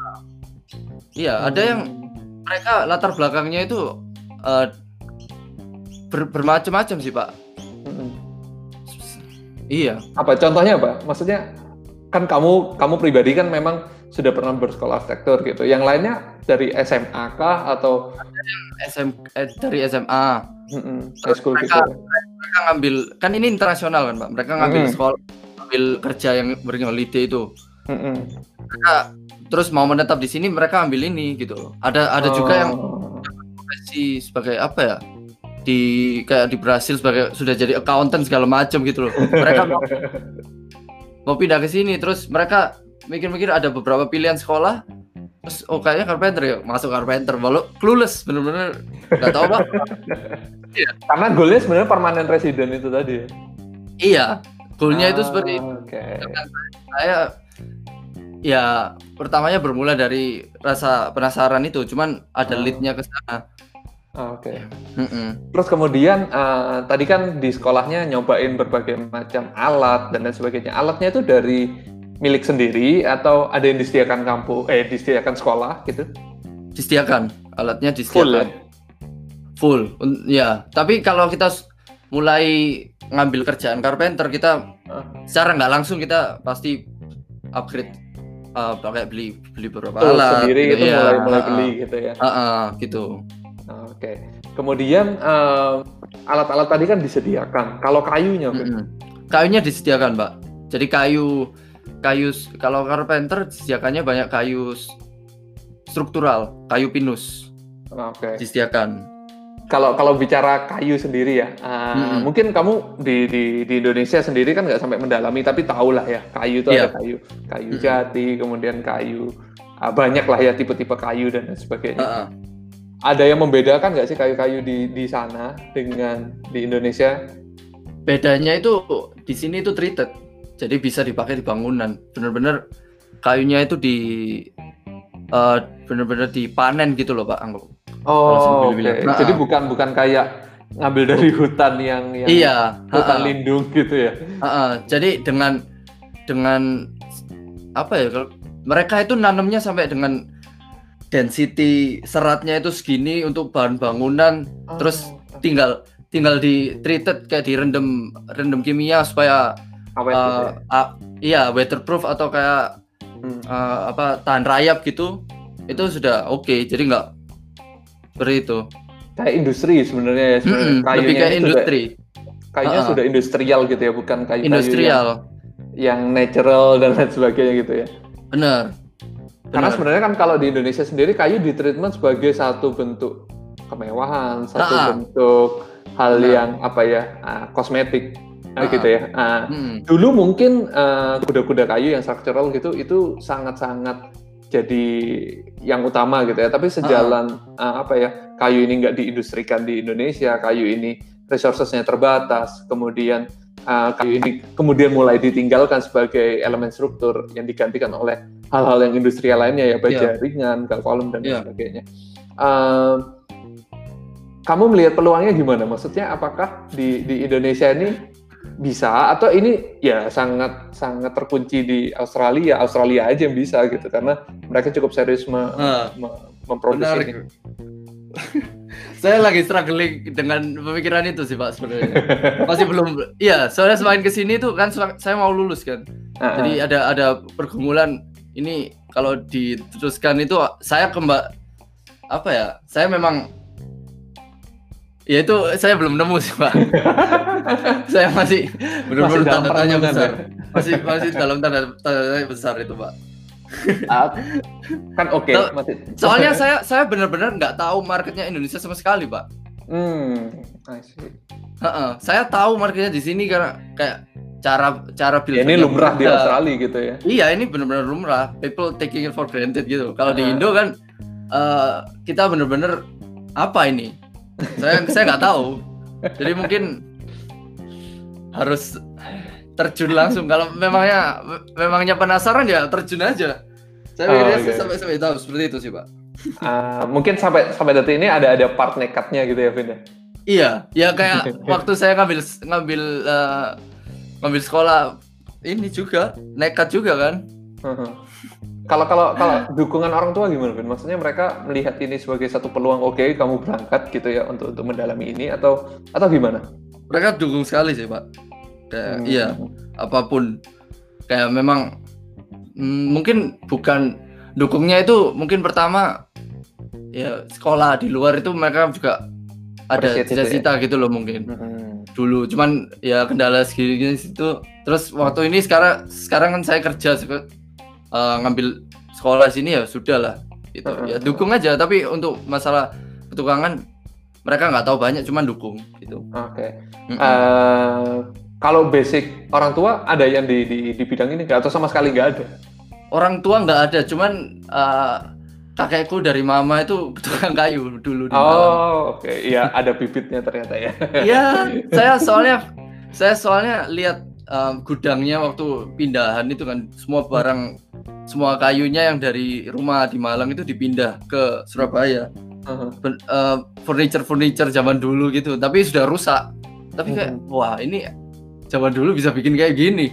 Iya, ada yang Hmm. mereka latar belakangnya itu uh, ber- bermacam-macam sih Pak. Mm-mm. Iya. Apa contohnya apa? Maksudnya kan kamu kamu pribadi kan memang sudah pernah bersekolah arsitektur gitu. Yang lainnya dari S M A kah atau S M eh, dari S M A. mm-mm, high Terus school mereka gitu? mereka ngambil, kan ini internasional kan Pak. Mereka ngambil Mm-mm. sekolah, ngambil kerja yang working holiday itu. Mm-mm. Mereka terus mau menetap di sini, mereka ambil ini gitu loh. Ada ada juga yang Oh. profesi sebagai apa ya? Di kayak di Brasil sebagai sudah jadi accountant segala macam gitu loh. Mereka mau, mau pindah ke sini, terus mereka mikir-mikir ada beberapa pilihan sekolah. Terus oh kayaknya carpenter ya, masuk carpenter. Walau clueless bener-bener nggak tahu Pak. Karena goalnya sebenarnya permanent resident itu tadi ya. Iya, goalnya itu Ah, seperti itu. Oke. Saya ya pertamanya bermula dari rasa penasaran itu, cuman ada Ah. lead-nya ke sana. Oke. Mm-mm. Terus kemudian eh, tadi kan di sekolahnya nyobain berbagai macam alat dan lain sebagainya. Alatnya itu dari milik sendiri atau ada yang disediakan kampus, eh disediakan sekolah gitu? Disediakan, alatnya Full ya? disediakan. Full, Un- ya. Tapi kalau kita s- mulai ngambil kerjaan carpenter, kita Ah. secara nggak langsung kita pasti upgrade, uh, pakai beli beli beberapa Tools alat. sendiri gitu, itu ya. mulai mulai Ah, beli ah. gitu ya. Ah, ah, gitu. Oke. Kemudian eh, alat-alat tadi kan disediakan. Kalau kayunya, Vin? Mm-mm. Kayunya disediakan, Mbak. Jadi kayu, kayu s- kalau carpenter disediakannya banyak kayu s- struktural, kayu pinus Oke. disediakan. Kalau kalau bicara kayu sendiri ya, uh, Mm-mm. mungkin kamu di, di di Indonesia sendiri kan nggak sampai mendalami, tapi tahulah ya kayu itu Iya. ada kayu kayu Mm-mm. jati, kemudian kayu uh, banyak lah ya tipe-tipe kayu dan lain sebagainya. Ah, ah. Ada yang membedakan nggak sih kayu-kayu di di sana dengan di Indonesia? Bedanya itu di sini itu treated, jadi bisa dipakai di bangunan. Bener-bener kayunya itu di eh, bener-bener dipanen gitu loh Pak. Anggap. Kalau Oh, sambil oke. bilang. Nah, Jadi ah. bukan bukan kayak ngambil dari hutan yang yang Iya. hutan ah, ah. lindung gitu ya? Ah, ah. Jadi dengan dengan apa ya? Kalau mereka itu nanamnya sampai dengan density seratnya itu segini untuk bahan bangunan, terus Oh, tinggal tinggal di treated kayak direndam rendam kimia supaya awet gitu ya? uh, uh, iya weatherproof atau kayak Hmm. uh, apa tahan rayap gitu, itu sudah oke. Jadi nggak seperti itu. Kayak industri sebenarnya ya sebenarnya. Mm-mm, lebih Kayunya kayak ini industri Sudah, kayunya Ah, ah. sudah industrial gitu ya, bukan kayu-kayu yang, industrial, yang natural dan lain sebagainya gitu ya. bener. Karena Bener. sebenarnya kan kalau di Indonesia sendiri kayu ditreatment sebagai satu bentuk kemewahan, satu Ah, ah. bentuk hal Benar. yang apa ya, uh, kosmetik uh, Ah, gitu ah. ya. Uh, Mm-mm. dulu mungkin uh, kuda-kuda kayu yang structural gitu itu sangat-sangat jadi yang utama gitu ya. Tapi sejalan uh, apa ya, kayu ini nggak diindustrikan di Indonesia, kayu ini resourcesnya terbatas, kemudian uh, kayu ini kemudian mulai ditinggalkan sebagai elemen struktur yang digantikan oleh hal-hal yang industrial lainnya ya, baja Iya. ringan, galvalum dan lain Iya. sebagainya. Uh, kamu melihat peluangnya gimana? Maksudnya apakah di di Indonesia ini bisa atau ini ya sangat sangat terkunci di Australia? Australia aja yang bisa gitu karena mereka cukup serius me, Ah, me, memproduksi menarik. ini. Saya lagi struggling dengan pemikiran itu sih Pak sebenarnya. Masih belum. Iya, soalnya semakin kesini tuh kan semakin- saya mau lulus kan. Ah, Jadi ada ada pergumulan ini kalau diteruskan itu saya kembali apa ya? Saya memang ya itu saya belum nemu sih Pak. Saya masih benar-benar Masih dalam tanda tanya perenungan besar. ya? Masih masih dalam tanda tanda tanya besar itu Pak. ah, kan oke So- masih. Soalnya saya saya benar-benar nggak tahu marketnya Indonesia sama sekali Pak. Hmm, I see. Heeh, saya tahu marketnya di sini karena kayak cara cara Ya, ini build-nya lumrah di berbeda. Australia gitu ya. Iya, ini benar-benar lumrah. People taking it for granted gitu. Kalau di Ah. Indo kan eh, kita benar-benar apa ini? Saya saya nggak tahu. Jadi mungkin harus terjun langsung. Kalau memangnya memangnya penasaran ya terjun aja. Saya Oh, pikirnya oke. sampai sampai tahu seperti itu sih, Pak. Ah, mungkin sampai sampai detik ini ada ada part nekatnya gitu ya, Vin ya. Iya, ya kayak waktu saya ngambil ngambil uh, ngambil sekolah ini juga nekat juga kan. Kalau kalau kalau dukungan orang tua gimana, Vin? Maksudnya mereka melihat ini sebagai satu peluang, oke, okay, kamu berangkat gitu ya untuk untuk mendalami ini atau atau gimana? Mereka dukung sekali sih, Pak. Kayak hmm. iya, apapun kayak memang mm, mungkin bukan dukungnya itu mungkin pertama ya sekolah di luar itu mereka juga ada cita-cita ya? Gitu loh mungkin. Hmm. Dulu cuman ya kendala segini itu terus waktu ini sekarang sekarang kan saya kerja uh, ngambil sekolah sini ya sudah lah gitu. Hmm. Ya dukung aja, tapi untuk masalah petukangan mereka nggak tahu banyak, cuman dukung gitu. Oke. Okay. Mm-hmm. Uh, kalau basic orang tua ada yang di di, di bidang ini nggak atau sama sekali nggak ada? Orang tua nggak ada, cuman uh, kakekku dari mama itu tukang kayu dulu di Malang. Oh, oke. Okay. Iya, ada bibitnya ternyata ya. Iya, saya soalnya saya soalnya lihat um, gudangnya waktu pindahan itu kan semua barang semua kayunya yang dari rumah di Malang itu dipindah ke Surabaya. Uh-huh. Uh, furniture-furniture zaman dulu gitu, tapi sudah rusak. Tapi kayak uh-huh. wah, ini zaman dulu bisa bikin kayak gini.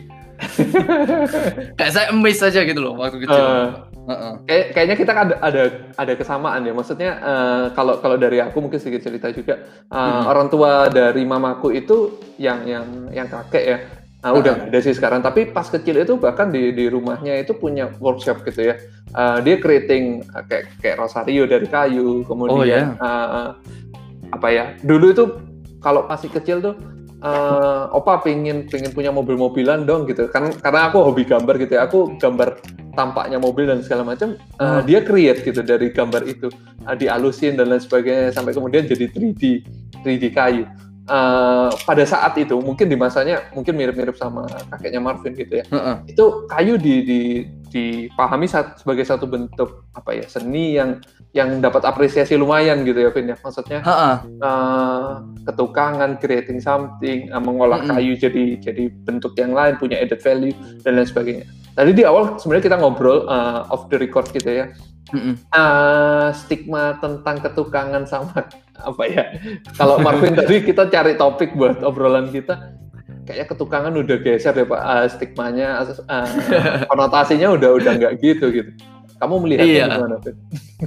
Kayak saya emis aja gitu loh waktu kecil. Uh. Uh-uh. Kay- kayaknya kita ada ada ada kesamaan ya. Maksudnya uh, kalau kalau dari aku mungkin sedikit cerita juga. Uh, hmm. Orang tua dari mamaku itu yang yang yang kakek ya. Uh, uh-huh. Udah ada sih sekarang. Tapi pas kecil itu bahkan di di rumahnya itu punya workshop gitu ya. Uh, dia creating uh, kayak kayak rosario dari kayu. Kemudian oh, yeah. uh, apa ya? Dulu itu kalau masih kecil tuh. Uh, opa pengen pengen punya mobil-mobilan dong gitu kan, karena aku hobi gambar gitu ya, aku gambar tampaknya mobil dan segala macam. Uh, hmm. Dia create gitu dari gambar itu, uh, dialusin dan lain sebagainya sampai kemudian jadi tiga D tiga D kayu. Uh, pada saat itu mungkin di masanya mungkin mirip-mirip sama kakeknya Marvin gitu ya. Uh-uh. Itu kayu di, di dipahami saat, sebagai satu bentuk apa ya, seni yang yang dapat apresiasi lumayan gitu ya, Vin ya. Maksudnya uh-uh. uh, ketukangan, creating something, uh, mengolah uh-uh. kayu jadi jadi bentuk yang lain, punya added value dan lain sebagainya. Tadi di awal sebenarnya kita ngobrol uh, off the record gitu ya. Uh-uh. Uh, stigma tentang ketukangan sama apa ya, kalau Marvin tadi kita cari topik buat obrolan kita, kayaknya ketukangan udah geser deh Pak, uh, stigmanya, uh, konotasinya udah udah nggak gitu gitu. Kamu melihatnya iya. Gimana, Vin?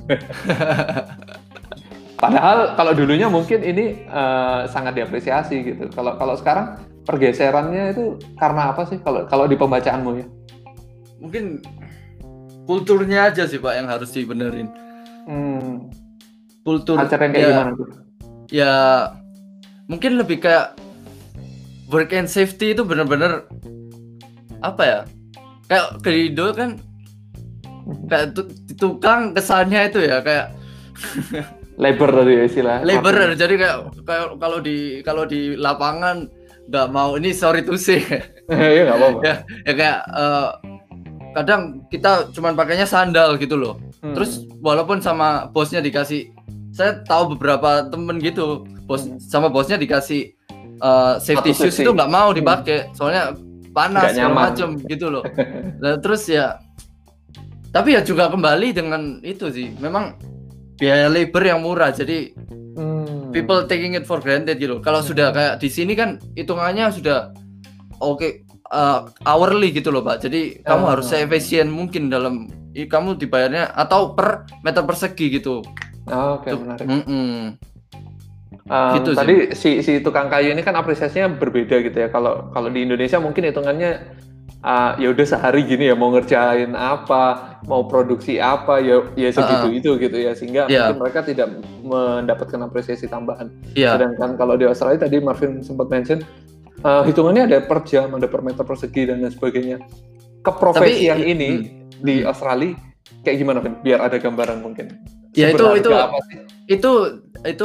Padahal kalau dulunya mungkin ini uh, sangat diapresiasi gitu. Kalau kalau sekarang pergeserannya itu karena apa sih? Kalau kalau di pembacaanmu ya? Mungkin kulturnya aja sih Pak yang harus dibenerin. Hmm. Kultur acara yang kayak ya, gimana tuh? Ya mungkin lebih kayak work and safety itu benar-benar apa ya? Kayak ke Indo kan kayak tukang kesannya itu ya kayak labor dari istilah. Labor jadi kayak kayak kalau di kalau di lapangan nggak mau ini sorry to say. Iya nggak apa-apa. Ya, ya kayak uh, kadang kita cuman pakainya sandal gitu loh. Hmm. Terus walaupun sama bosnya dikasih, saya tahu beberapa temen gitu, bos hmm. sama bosnya dikasih uh, safety shoes itu nggak mau dipakai, hmm. soalnya panas segala macam gitu loh. Nah, terus ya, tapi ya juga kembali dengan itu sih, memang biaya labor yang murah, jadi hmm. people taking it for granted gitu. Kalau hmm. sudah kayak di sini kan hitungannya sudah oke. Okay, Uh, hourly gitu loh Pak, jadi uh, kamu harus se-efisien mungkin dalam kamu dibayarnya atau per meter persegi gitu. Oh, oke okay, menarik. Um, gitu tadi si si tukang kayu ini kan apresiasinya berbeda gitu ya. Kalau kalau di Indonesia mungkin hitungannya uh, ya udah sehari gini ya, mau ngerjain apa, mau produksi apa ya ya segitu uh, itu gitu ya, sehingga yeah. mungkin mereka tidak mendapatkan apresiasi tambahan. Yeah. Sedangkan kalau di Australia tadi Marvin sempat mention Uh, hitungannya ada per jam, ada per meter persegi dan lain sebagainya. Ke profesi Tapi, yang ini hmm, di Australia kayak gimana, Vin? Biar ada gambaran mungkin. Ya itu itu itu itu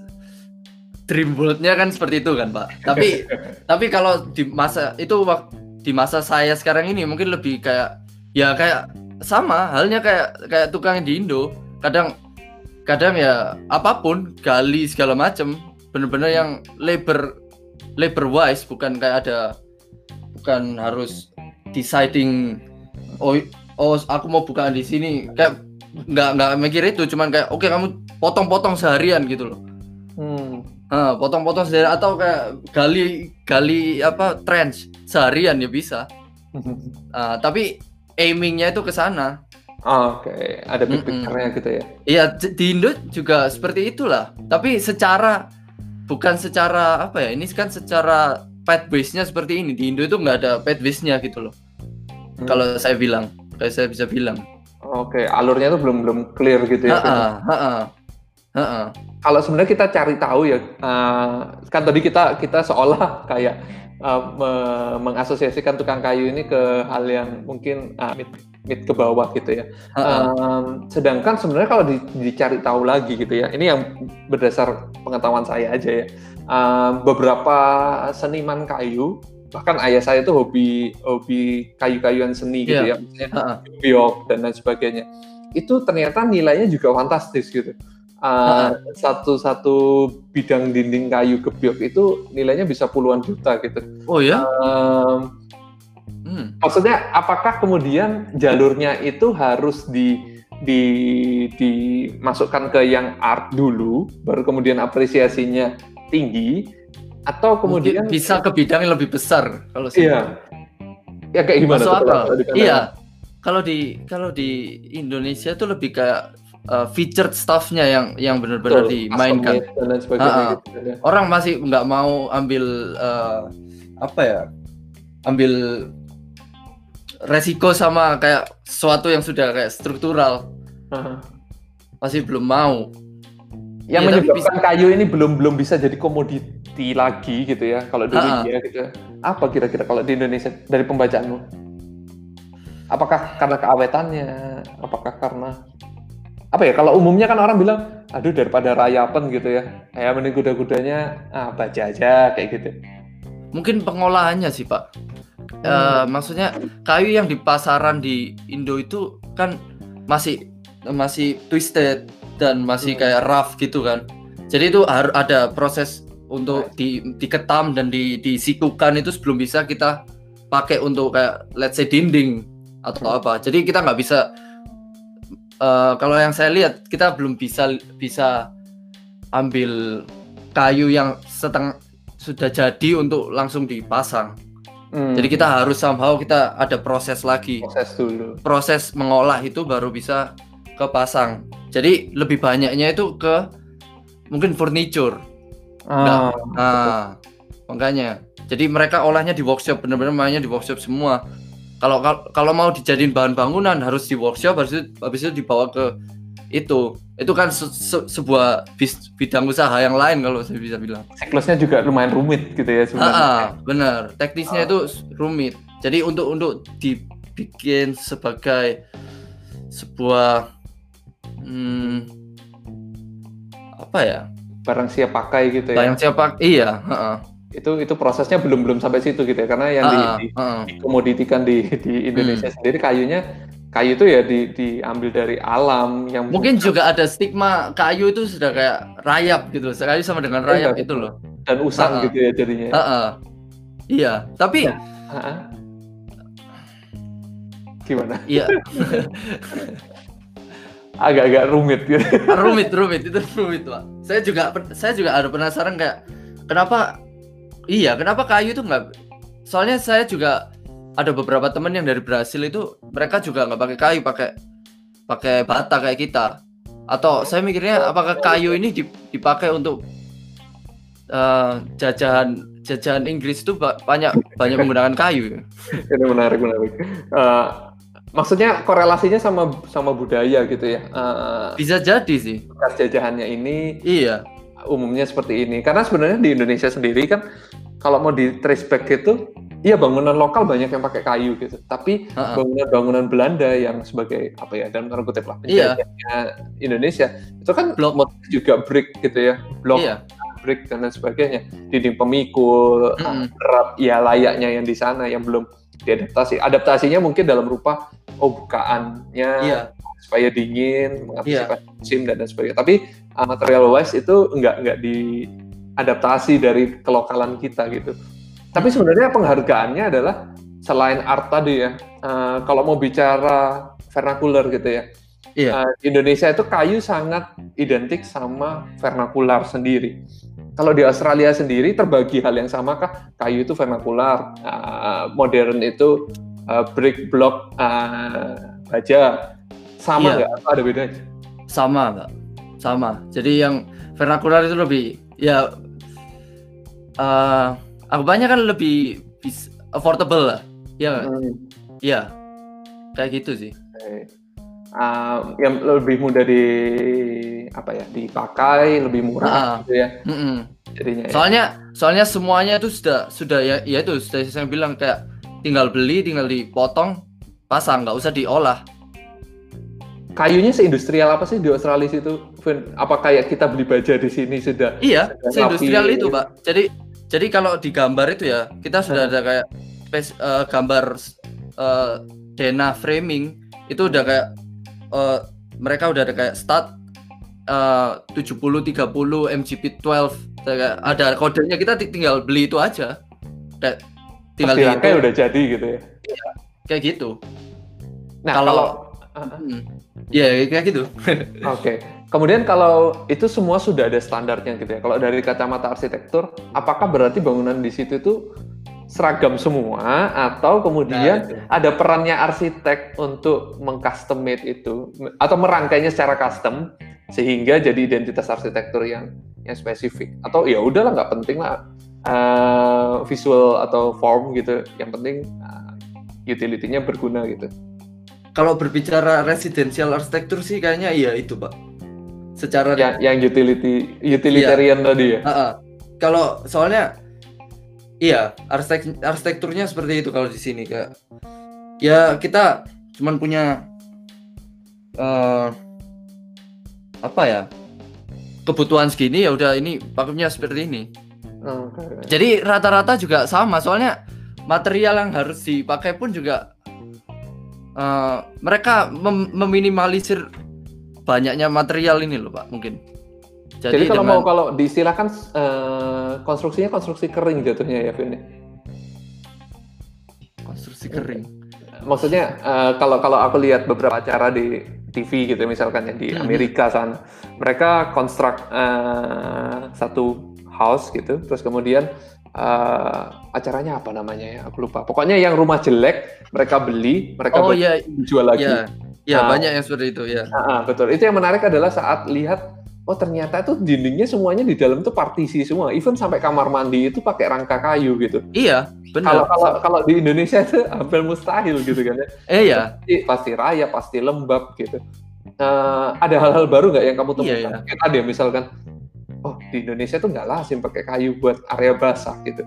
dream world-nya kan seperti itu kan Pak. Tapi tapi kalau di masa itu di masa saya sekarang ini mungkin lebih kayak ya kayak sama halnya kayak kayak tukang di Indo. Kadang kadang ya apapun gali segala macam, bener-bener yang labor labor wise, bukan kayak ada bukan harus deciding oh oh aku mau bukaan di sini, kayak nggak nggak mikir itu, cuman kayak oke okay, kamu potong-potong seharian gitu loh. Hmm. Heeh, potong-potong sendiri atau kayak gali gali apa trench seharian ya bisa. Uh, tapi aimingnya itu ke sana. Oh, Oke, okay. Ada big Mm-mm. picture-nya gitu ya. Iya, di Indo juga seperti itulah. Tapi secara bukan secara apa ya? Ini kan secara pathways-nya seperti ini. Di Indo itu nggak ada pathways-nya gitu loh. Hmm. Kalau saya bilang, kayak saya bisa bilang. Oke, okay. Alurnya itu belum belum clear gitu ya. Heeh, heeh. Heeh. Kalau sebenarnya kita cari tahu ya, uh, kan tadi kita kita seolah kayak uh, me- mengasosiasikan tukang kayu ini ke hal yang mungkin uh, mid, mid ke bawah gitu ya. Um, sedangkan sebenarnya kalau di, dicari tahu lagi gitu ya, ini yang berdasar pengetahuan saya aja ya. Um, beberapa seniman kayu, bahkan ayah saya itu hobi hobi kayu-kayuan seni gitu yeah. ya, misalnya biok dan lain sebagainya. Itu ternyata nilainya juga fantastis gitu. Uh, satu-satu bidang dinding kayu gebyok itu nilainya bisa puluhan juta gitu. Oh ya? Uh, hmm. Maksudnya apakah kemudian jalurnya itu harus di, di dimasukkan ke yang art dulu, baru kemudian apresiasinya tinggi, atau kemudian mungkin bisa ke bidang yang lebih besar kalau sih? Iya. Ya kayak gimana? Masuk akal. Iya. Kalau di kalau di Indonesia tuh lebih kayak Uh, featured stuff-nya yang yang benar-benar dimainkan. Dan lain sebagainya gitu, ya. Orang masih nggak mau ambil uh, apa ya, ambil resiko sama kayak sesuatu yang sudah kayak struktural. Uh-huh. Masih belum mau. Yang ya, menyebabkan bisa, kayu ini belum belum bisa jadi komoditi lagi gitu ya. Kalau dulu uh-huh. ya gitu. Apa kira-kira kalau di Indonesia dari pembacaanmu? Apakah karena keawetannya? Apakah karena apa ya, kalau umumnya kan orang bilang, aduh daripada rayapan gitu ya, kayak mending kuda-kudanya ah, baca aja kayak gitu. Mungkin pengolahannya sih Pak. Hmm. Uh, maksudnya kayu yang di pasaran di Indo itu kan masih masih twisted dan masih hmm. kayak rough gitu kan. Jadi itu harus ada proses untuk di, diketam dan di, disikukan itu sebelum bisa kita pakai untuk kayak let's say dinding atau hmm. apa. Jadi kita nggak bisa Uh, kalau yang saya lihat kita belum bisa bisa ambil kayu yang setengah sudah jadi untuk langsung dipasang. Hmm. Jadi kita harus somehow kita ada proses lagi. Proses dulu. Proses mengolah itu baru bisa kepasang. Jadi lebih banyaknya itu ke mungkin furniture. Ah, nah, makanya. Jadi mereka olahnya di workshop, benar-benar mainnya di workshop semua. Kalau kalau mau dijadiin bahan bangunan harus di workshop, habis itu habis itu dibawa ke itu. Itu kan se, se, sebuah bis, bidang usaha yang lain kalau saya bisa bilang. Siklusnya juga lumayan rumit gitu ya sebenarnya. Ah, benar. Teknisnya ah. itu rumit. Jadi untuk untuk dibikin sebagai sebuah hmm, apa ya? Barang siap pakai gitu ya. Barang siap pakai. Iya, heeh. itu itu prosesnya belum belum sampai situ gitu ya, karena yang uh, di, di, uh. dikomoditikan di di Indonesia hmm. sendiri kayunya kayu itu ya di, diambil dari alam yang mungkin bukan. Juga ada stigma kayu itu sudah kayak rayap gitu, kayu sama dengan rayap ya, itu loh dan usang uh, gitu ya jadinya. Uh, uh. Iya, tapi nah, uh-uh. gimana? Iya. Agak-agak rumit gitu. rumit rumit itu rumit Pak. Saya juga saya juga ada penasaran kayak kenapa Iya, kenapa kayu itu nggak? Soalnya saya juga ada beberapa teman yang dari Brasil itu mereka juga nggak pakai kayu, pakai pakai bata kayak kita. Atau saya mikirnya apakah kayu ini dipakai untuk uh, jajahan jajahan Inggris itu banyak banyak menggunakan kayu? Ini menarik menarik. Uh, maksudnya korelasinya sama sama budaya gitu ya? Uh, Bisa jadi sih. Bekas jajahannya ini. Iya. Umumnya seperti ini, karena sebenarnya di Indonesia sendiri kan kalau mau di trace back gitu, iya bangunan lokal banyak yang pakai kayu gitu, tapi uh-uh. bangunan-bangunan Belanda yang sebagai apa ya, dalam tanda kutip lah penjajahnya iya. Indonesia itu kan blok juga brick gitu ya, blok iya. brick dan lain sebagainya, dinding pemikul, mm-hmm. rap ya layaknya yang di sana yang belum diadaptasi. Adaptasinya mungkin dalam rupa oh bukaannya iya. supaya dingin, mengantisipasi iya. musim dan lain sebagainya. Tapi uh, material wise itu enggak enggak diadaptasi dari kelokalan kita gitu. Tapi sebenarnya penghargaannya adalah selain art tadi ya, uh, kalau mau bicara vernacular gitu ya, Iya. Uh, di Indonesia itu kayu sangat identik sama vernakular sendiri. Kalau di Australia sendiri terbagi hal yang sama kah? Kayu itu vernakular, uh, modern itu uh, brick block uh, baja. Sama nggak? Iya. Atau ada bedanya? Sama nggak? Sama. Jadi yang vernakular itu lebih ya uh, anggapannya kan lebih affordable lah. Iya. Hmm. Iya. Kayak gitu sih. Okay. Uh, yang lebih mudah di apa ya dipakai, lebih murah uh, gitu ya. Uh, Jadinya. Soalnya ya. soalnya semuanya itu sudah sudah ya ya itu sudah saya bilang kayak tinggal beli, tinggal dipotong, pasang, nggak usah diolah. Kayunya seindustrial apa sih di Australia situ? Apa kayak kita beli baja di sini sudah? Iya, sudah seindustrial itu, Pak. Jadi jadi kalau di gambar itu ya kita sudah uh. ada kayak uh, gambar uh, Dena framing itu udah kayak Uh, mereka udah ada kayak start uh, tujuh puluh tiga puluh M G P dua belas ada kodenya, kita tinggal beli itu aja kayak tinggal di itu udah jadi gitu ya. Ya kayak gitu. Nah kalau, kalau uh, ya kayak gitu. Oke. Okay. Kemudian kalau itu semua sudah ada standarnya gitu ya. Kalau dari kacamata arsitektur, apakah berarti bangunan di situ tuh seragam semua atau kemudian nah, ada perannya arsitek untuk mengcustomate itu atau merangkainya secara custom sehingga jadi identitas arsitektur yang yang spesifik, atau ya udahlah nggak penting lah uh, visual atau form gitu, yang penting uh, utility-nya berguna gitu. Kalau berbicara residential arsitektur sih kayaknya iya itu Pak, secara yang, yang utility utilitarian iya. Tadi ya. Uh-uh. Kalau soalnya iya, arsitek arsitekturnya seperti itu kalau di sini kayak ya kita cuman punya uh, apa ya kebutuhan segini, ya udah ini pakainya seperti ini. Okay. Jadi rata-rata juga sama, soalnya material yang harus dipakai pun juga uh, mereka mem- meminimalisir banyaknya material ini loh Pak mungkin. Jadi, Jadi kalau dengan... mau kalau diistilahkan uh, konstruksinya konstruksi kering jatuhnya ya Vin? Konstruksi kering. Maksudnya uh, kalau kalau aku lihat beberapa acara di T V gitu misalkan ya di hmm. Amerika sana, mereka konstruk uh, satu house gitu, terus kemudian uh, acaranya apa namanya ya? Aku lupa. Pokoknya yang rumah jelek mereka beli, mereka oh, iya. jual lagi. Iya, ya, nah, banyak yang seperti itu ya. Uh, betul. Itu yang menarik adalah saat lihat oh ternyata tuh dindingnya semuanya di dalam tuh partisi semua, even sampai kamar mandi itu pakai rangka kayu gitu. Iya, benar. Kalau kalau kalau di Indonesia itu hampir mustahil gitu kan ya. Eh ya. Pasti, pasti raya, pasti lembab gitu. Uh, ada hal-hal baru nggak yang kamu temukan? Iya, iya. Kayak tadi misalkan, oh di Indonesia tuh nggak lazim pakai kayu buat area basah gitu.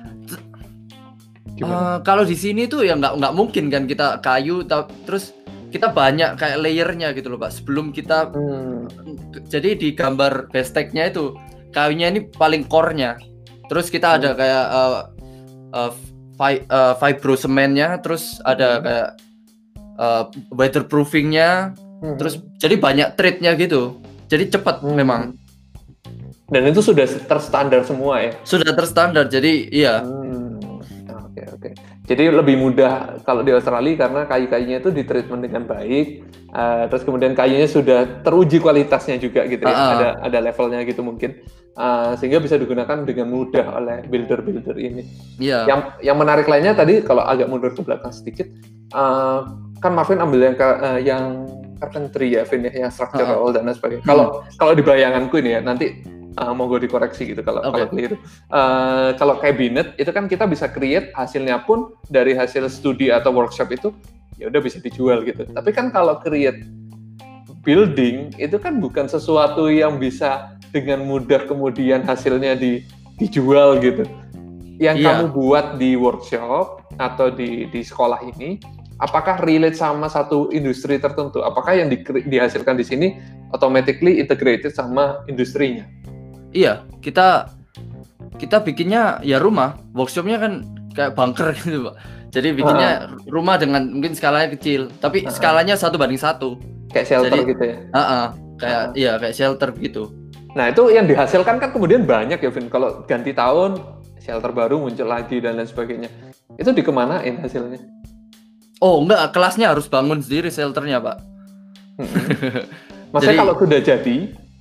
Uh, kalau di sini tuh ya nggak nggak mungkin kan kita kayu terus kita banyak kayak layernya gitu loh Pak sebelum kita hmm. jadi di gambar besteknya itu kayunya ini paling core-nya, terus kita hmm. ada kayak uh, uh, fi- uh, fibro semennya, terus ada hmm. kayak uh, weatherproofing-nya, hmm. terus jadi banyak treat-nya gitu, jadi cepat hmm. memang. Dan itu sudah terstandar semua ya? Sudah terstandar, jadi iya. Hmm. Oke oke. Jadi lebih mudah kalau di Australia karena kayu-kayunya itu ditreatment dengan baik, uh, terus kemudian kayunya sudah teruji kualitasnya juga gitu ya, uh-uh. ada ada levelnya gitu mungkin, uh, sehingga bisa digunakan dengan mudah oleh builder-builder ini. Yeah. Yang yang menarik lainnya tadi kalau agak mundur ke belakang sedikit, uh, kan Marvin ambil yang uh, yang carpentry ya, Vin ya, yang structural uh-uh. dan lain sebagainya. Kalau hmm. kalau di bayanganku ini ya nanti. Uh, monggo dikoreksi gitu kalau okay. kalau keliru. Uh, kalau cabinet itu kan kita bisa create hasilnya pun dari hasil studi atau workshop itu ya udah bisa dijual gitu. Tapi kan kalau create building itu kan bukan sesuatu yang bisa dengan mudah kemudian hasilnya di, dijual gitu. Yang yeah. kamu buat di workshop atau di di sekolah ini apakah relate sama satu industri tertentu? Apakah yang di, dihasilkan di sini automatically integrated sama industrinya? Iya, kita kita bikinnya ya rumah, workshopnya kan kayak bunker gitu Pak. Jadi bikinnya uh. rumah dengan mungkin skalanya kecil, tapi uh. skalanya satu banding satu. Kayak shelter Jadi, gitu ya? Uh-uh, kayak uh. iya kayak shelter gitu. Nah itu yang dihasilkan kan kemudian banyak ya Vin. Kalau ganti tahun shelter baru muncul lagi dan lain sebagainya. Itu dikemanain hasilnya? Oh enggak, kelasnya harus bangun sendiri shelternya Pak. Mm-hmm. Maksudnya Jadi- kalau sudah jadi,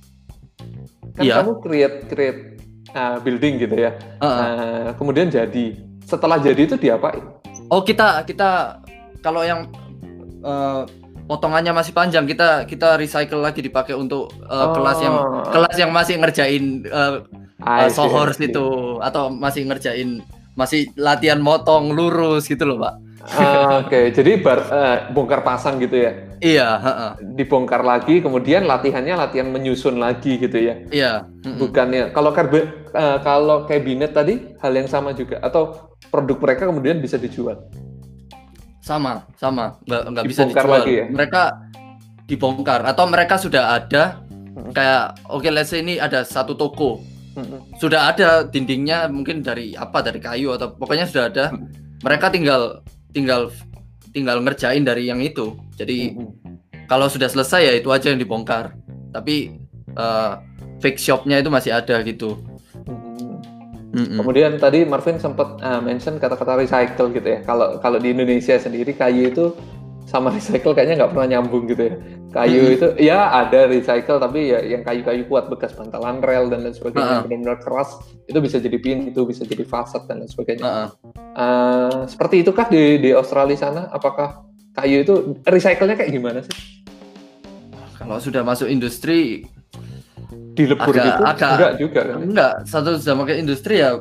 kan Iya. kamu create create uh, building gitu ya. Uh-uh. Uh, kemudian jadi. Setelah jadi itu diapain? Oh kita kita kalau yang uh, potongannya masih panjang kita kita recycle lagi dipakai untuk uh, Oh. kelas yang kelas yang masih ngerjain uh, uh, I see, sohors I see. itu atau masih ngerjain masih latihan motong lurus gitu loh Pak. Ah, Oke, jadi bar, uh, bongkar pasang gitu ya. Iya. Uh-uh. Dibongkar lagi, kemudian latihannya latihan menyusun lagi gitu ya. Iya. Mm-mm. Bukannya kalau karbe, uh, kalau kabinet tadi hal yang sama juga atau produk mereka kemudian bisa dijual. Sama, sama, nggak nggak bisa Dibongkar dijual. lagi ya? Mereka dibongkar atau mereka sudah ada Hmm. kayak oke okay, let's say ini ada satu toko Mm-mm. sudah ada dindingnya mungkin dari apa dari kayu atau pokoknya sudah ada. Mereka tinggal tinggal tinggal ngerjain dari yang itu. Jadi Mm-mm. kalau sudah selesai ya itu aja yang dibongkar. Tapi uh, fake shopnya itu masih ada gitu. Mm-mm. Mm-mm. Kemudian tadi Marvin sempat uh, mention kata-kata recycle gitu ya. Kalau kalau di Indonesia sendiri kayu itu sama recycle kayaknya nggak pernah nyambung gitu ya. Kayu Mm-mm. itu ya ada recycle tapi ya yang kayu-kayu kuat bekas bantalan rel dan lain sebagainya Uh-uh. benar-benar keras itu bisa jadi pintu, bisa jadi fasad dan lain sebagainya. Uh-uh. Uh, seperti itukah di di Australia sana? Apakah kayu itu recycle-nya kayak gimana sih? Kalau sudah masuk industri Dilebur Agak- gitu? agak- Enggak juga kan? enggak satu sama kayak industri ya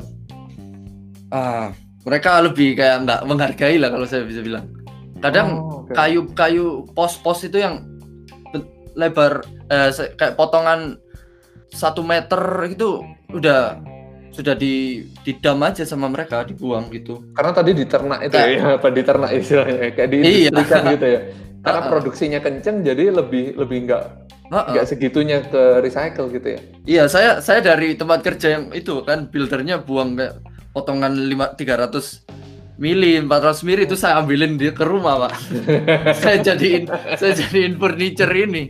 ah mereka lebih kayak nggak menghargai lah kalau saya bisa bilang. Kadang Oh, oke. kayu-kayu pos-pos itu yang be- lebar eh, se- kayak potongan satu meter itu udah sudah di didam aja sama mereka dibuang gitu. Karena tadi diternak itu ya, ya apa diternak istilahnya kayak Iya. diindustrikan gitu ya. Karena Uh-uh. produksinya kenceng jadi lebih lebih nggak Heeh. nggak segitunya ke recycle gitu ya. Iya, saya saya dari tempat kerja yang itu kan buildernya buang kayak potongan lima tiga ratus mili, empat ratus mili itu saya ambilin dia ke rumah, Pak. saya jadiin saya jadiin furniture ini.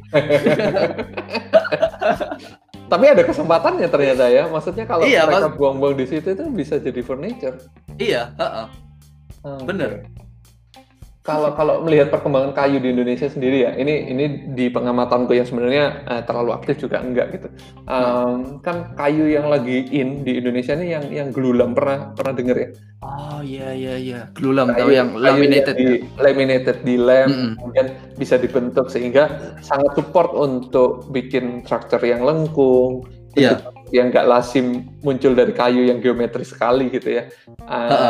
Tapi ada kesempatannya ternyata ya. Maksudnya kalau Iya, mereka mas- buang-buang di situ itu bisa jadi furniture. Iya, heeh. Ah, Bener. oke. Kalau kalau melihat perkembangan kayu di Indonesia sendiri ya, ini ini di pengamatanku yang sebenarnya eh, terlalu aktif juga enggak gitu. Um, kan kayu yang lagi in di Indonesia ini yang yang glulam pernah pernah dengar ya? Oh iya iya iya. Glulam Kayu- tahu yang kayu laminated. di, laminated di lem, Mm-mm. kemudian bisa dibentuk sehingga sangat support untuk bikin struktur yang lengkung, Iya. bentuk yang nggak lazim muncul dari kayu yang geometris sekali gitu ya. Uh,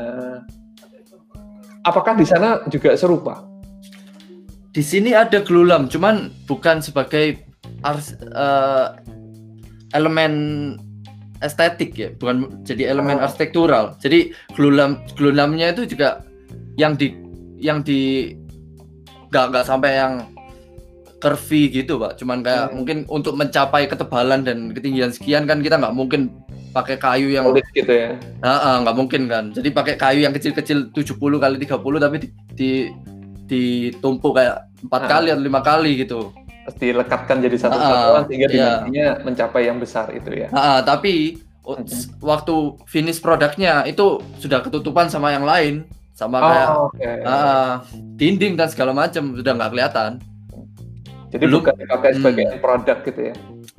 apakah di sana juga serupa? Di sini ada glulam, cuman bukan sebagai ars, eh, elemen estetik ya, bukan jadi elemen Oh. arsitektural. Jadi glulam glulamnya itu juga yang di yang di nggak nggak sampai yang curvy gitu, Pak. Cuman kayak Hmm. mungkin untuk mencapai ketebalan dan ketinggian sekian kan kita nggak mungkin pakai kayu yang Solid gitu ya. ah, ah, nggak mungkin kan. Jadi pakai kayu yang kecil-kecil tujuh puluh kali tiga puluh tapi di, di ditumpuk kayak empat Ah. kali atau lima kali gitu. Terus dilekatkan jadi satu Ah, kesatuan sehingga iya. dimensinya mencapai yang besar itu ya. Ah, ah, tapi o- Mhm. s- waktu finish produknya itu sudah ketutupan sama yang lain, sama kayak Oh, oke. ah, dinding dan segala macam sudah nggak kelihatan. Jadi belum- bukan dipakai hmm. sebagai end product gitu ya.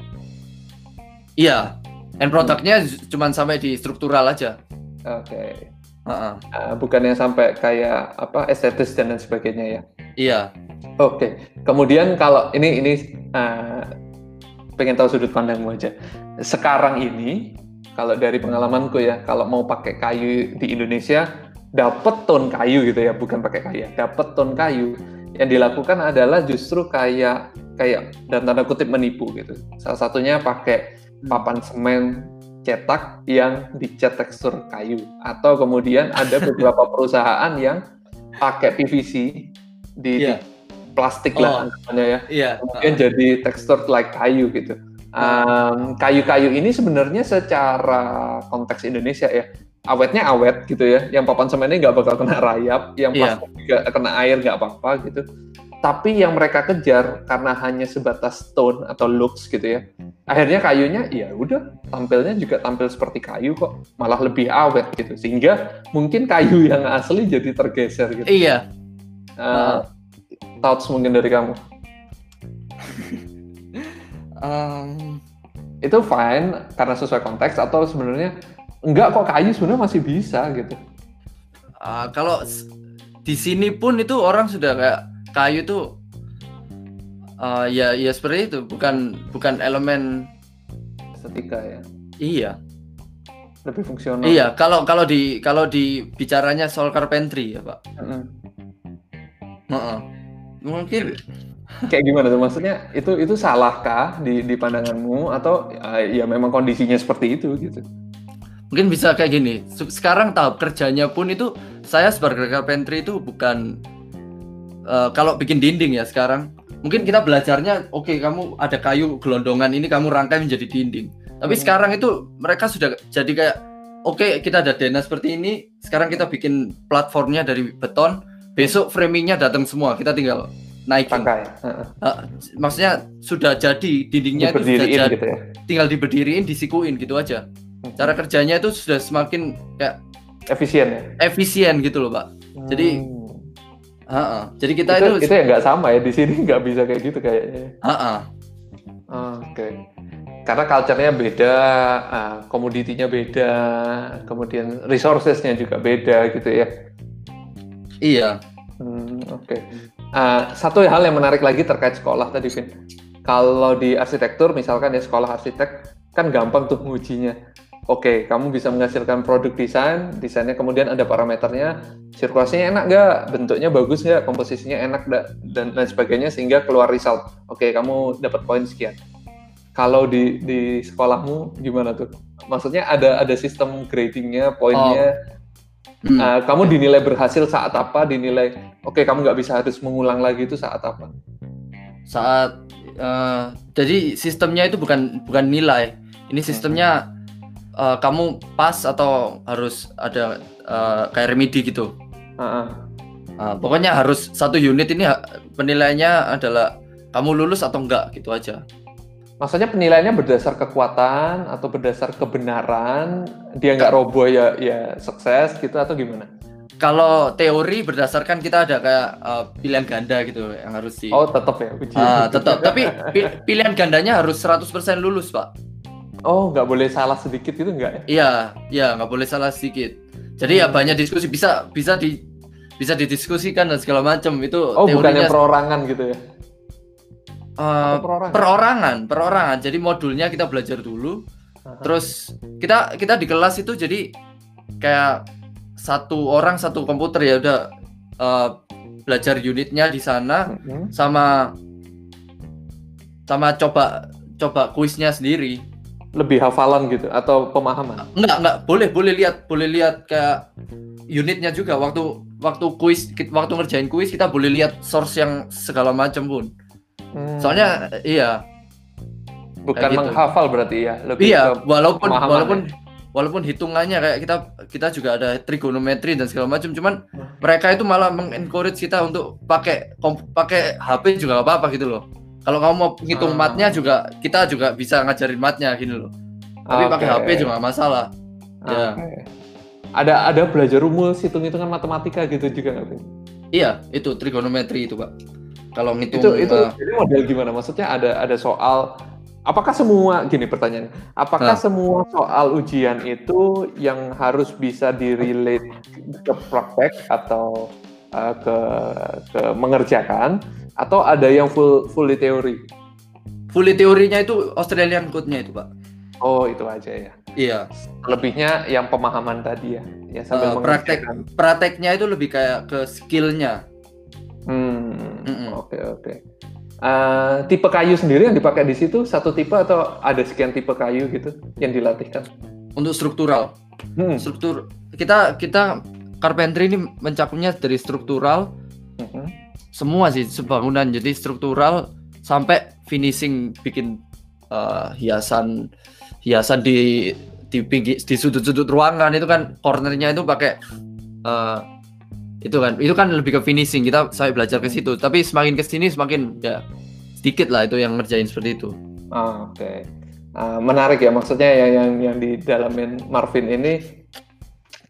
Iya, end produknya z- cuman sampai di struktural aja. Oke. Ah, ah. Uh, bukan yang sampai kayak apa estetis dan lain sebagainya ya. Iya. Oke. Kemudian kalau ini ini uh, pengen tahu sudut pandangmu aja. Sekarang ini kalau dari pengalamanku ya, kalau mau pakai kayu di Indonesia dapat ton kayu gitu ya, bukan pakai kayu, ya, dapat ton kayu. Yang dilakukan adalah justru kayak kayak dan tanda kutip menipu gitu. Salah satunya pakai papan semen cetak yang dicat tekstur kayu, atau kemudian ada beberapa perusahaan yang pakai P V C di, Iya. di plastik Oh. lah namanya ya, Iya. kemudian jadi tekstur like kayu gitu. Um, kayu-kayu ini sebenarnya secara konteks Indonesia ya awetnya awet gitu ya, yang papan semennya nggak bakal kena rayap, yang Iya. plastik juga kena air nggak apa-apa gitu. Tapi yang mereka kejar karena hanya sebatas tone atau looks gitu ya, akhirnya kayunya ya udah tampilnya juga tampil seperti kayu kok, malah lebih awet gitu, sehingga mungkin kayu yang asli jadi tergeser gitu. Iya. Uh, thoughts mungkin dari kamu? Um, Itu fine karena sesuai konteks atau sebenarnya enggak kok kayu sebenarnya masih bisa gitu. uh, kalau s- di sini pun itu orang sudah kayak kayu tuh uh, ya ya seperti itu, bukan bukan elemen. Estetika ya. Iya. Lebih fungsional. Iya, kalau kalau di kalau di bicaranya soal carpentry ya, Pak. Mm-mm. Heeh. Mungkin Kayak gimana tuh maksudnya itu itu salahkah di di pandanganmu atau uh, ya memang kondisinya seperti itu gitu. mungkin bisa kayak gini. Se- Sekarang tahap kerjanya pun itu saya sebagai carpentry itu bukan eh, kalau bikin dinding ya sekarang. Mungkin kita belajarnya oke kamu ada kayu gelondongan ini kamu rangkai menjadi dinding. Tapi Hmm. sekarang itu mereka sudah jadi kayak oke kita ada dana seperti ini, sekarang kita bikin platformnya dari beton, besok framingnya datang semua, kita tinggal naikin. Pakai. Heeh. Uh, maksudnya sudah jadi dindingnya itu sudah Diberdiriin jadi, gitu ya. tinggal diberdiriin, disikuin gitu aja. Cara kerjanya itu sudah semakin kayak Efisien ya. efisien gitu loh, Pak. Jadi, Hmm. uh-uh. jadi kita itu itu, itu ya nggak sama ya di sini nggak bisa kayak gitu kayaknya. uh-uh. Oke. Karena culture-nya beda, ah, komoditinya beda, kemudian resources-nya juga beda gitu ya. Iya. Hmm, Oke. Ah, satu hal yang menarik lagi terkait sekolah tadi, Vin. Kalau di arsitektur, misalkan ya sekolah arsitek, kan gampang tuh ngujinya. Oke, kamu bisa menghasilkan produk desain, desainnya kemudian ada parameternya, sirkulasinya enak nggak, bentuknya bagus nggak, komposisinya enak nggak, dan lain sebagainya, sehingga keluar result. Oke, kamu dapat poin sekian. Kalau di di sekolahmu gimana tuh? Maksudnya ada ada sistem gradingnya, poinnya. Hmm. Uh, kamu dinilai berhasil saat apa? Dinilai, oke kamu nggak bisa harus mengulang lagi itu saat apa? Saat uh, jadi sistemnya itu bukan bukan nilai. Ini sistemnya uh, kamu pas atau harus ada uh, kayak remedi gitu. Uh-uh. Uh, pokoknya harus satu unit ini ha- penilaiannya adalah kamu lulus atau enggak gitu aja. Maksudnya penilaiannya berdasar kekuatan atau berdasar kebenaran, dia nggak roboh ya ya sukses gitu atau gimana? Kalau teori berdasarkan kita ada kayak uh, pilihan ganda gitu yang harus di Oh tetap ya ujian. Ah, tetap, tapi pi- pilihan gandanya harus seratus persen lulus, Pak. Oh nggak boleh salah sedikit gitu nggak ya? Iya, iya nggak boleh salah sedikit. Jadi ya Hmm. banyak diskusi, bisa bisa di bisa didiskusikan dan segala macam itu. Oh bukannya teorinya perorangan gitu ya? uh, Atau perorangan? perorangan, perorangan. Jadi modulnya kita belajar dulu, Aha. terus kita kita di kelas itu jadi kayak satu orang satu komputer ya udah uh, belajar unitnya di sana Mhm. sama sama coba coba kuisnya sendiri. Lebih hafalan gitu atau pemahaman? Enggak, enggak, boleh boleh lihat, boleh lihat kayak unitnya juga waktu waktu kuis waktu ngerjain kuis kita boleh lihat source yang segala macam pun. Hmm. Soalnya iya, bukan kayak gitu. menghafal berarti ya? Lebih iya, ke walaupun pemahaman walaupun ya? walaupun hitungannya kayak kita kita juga ada trigonometri dan segala macam, cuman mereka itu malah mengencourage kita untuk pakai kom- pakai H P juga nggak apa-apa gitu loh. Kalau kamu mau ngitung Ah. matnya juga kita juga bisa ngajarin matnya gini loh. Tapi pakai H P Oke. juga nggak masalah. Ya. Oke. Ada ada belajar rumus hitung-hitungan matematika gitu juga nggak, Vin? Iya, itu trigonometri itu, Pak. Kalau ngitung Itu itu uh, jadi model gimana? Maksudnya ada ada soal apakah semua gini pertanyaannya, apakah Nah. semua soal ujian itu yang harus bisa direlate ke praktek atau uh, ke ke mengerjakan atau ada yang full fully teori? fully teorinya itu Australian Code-nya itu, Pak. Oh, itu aja ya. Iya. Lebihnya yang pemahaman tadi ya. Ya sambil Uh, praktek mengerjakan. prakteknya itu lebih kayak ke skill-nya. Hmm. Mm-mm. Oke, oke. Uh, tipe kayu sendiri yang dipakai di situ satu tipe atau ada sekian tipe kayu gitu yang dilatihkan? Untuk struktural. Hmm. Struktur kita kita carpentry ini mencakupnya dari struktural Mhm. semua sih sebangunan. Jadi struktural sampai finishing bikin uh, hiasan hiasan di di pinggir di sudut-sudut ruangan itu kan cornernya itu pakai uh, itu kan itu kan lebih ke finishing, kita saya belajar ke situ, tapi semakin ke sini semakin ya sedikit lah itu yang ngerjain seperti itu. Ah, Oke. Ah, menarik ya maksudnya yang yang yang di dalamin Marvin ini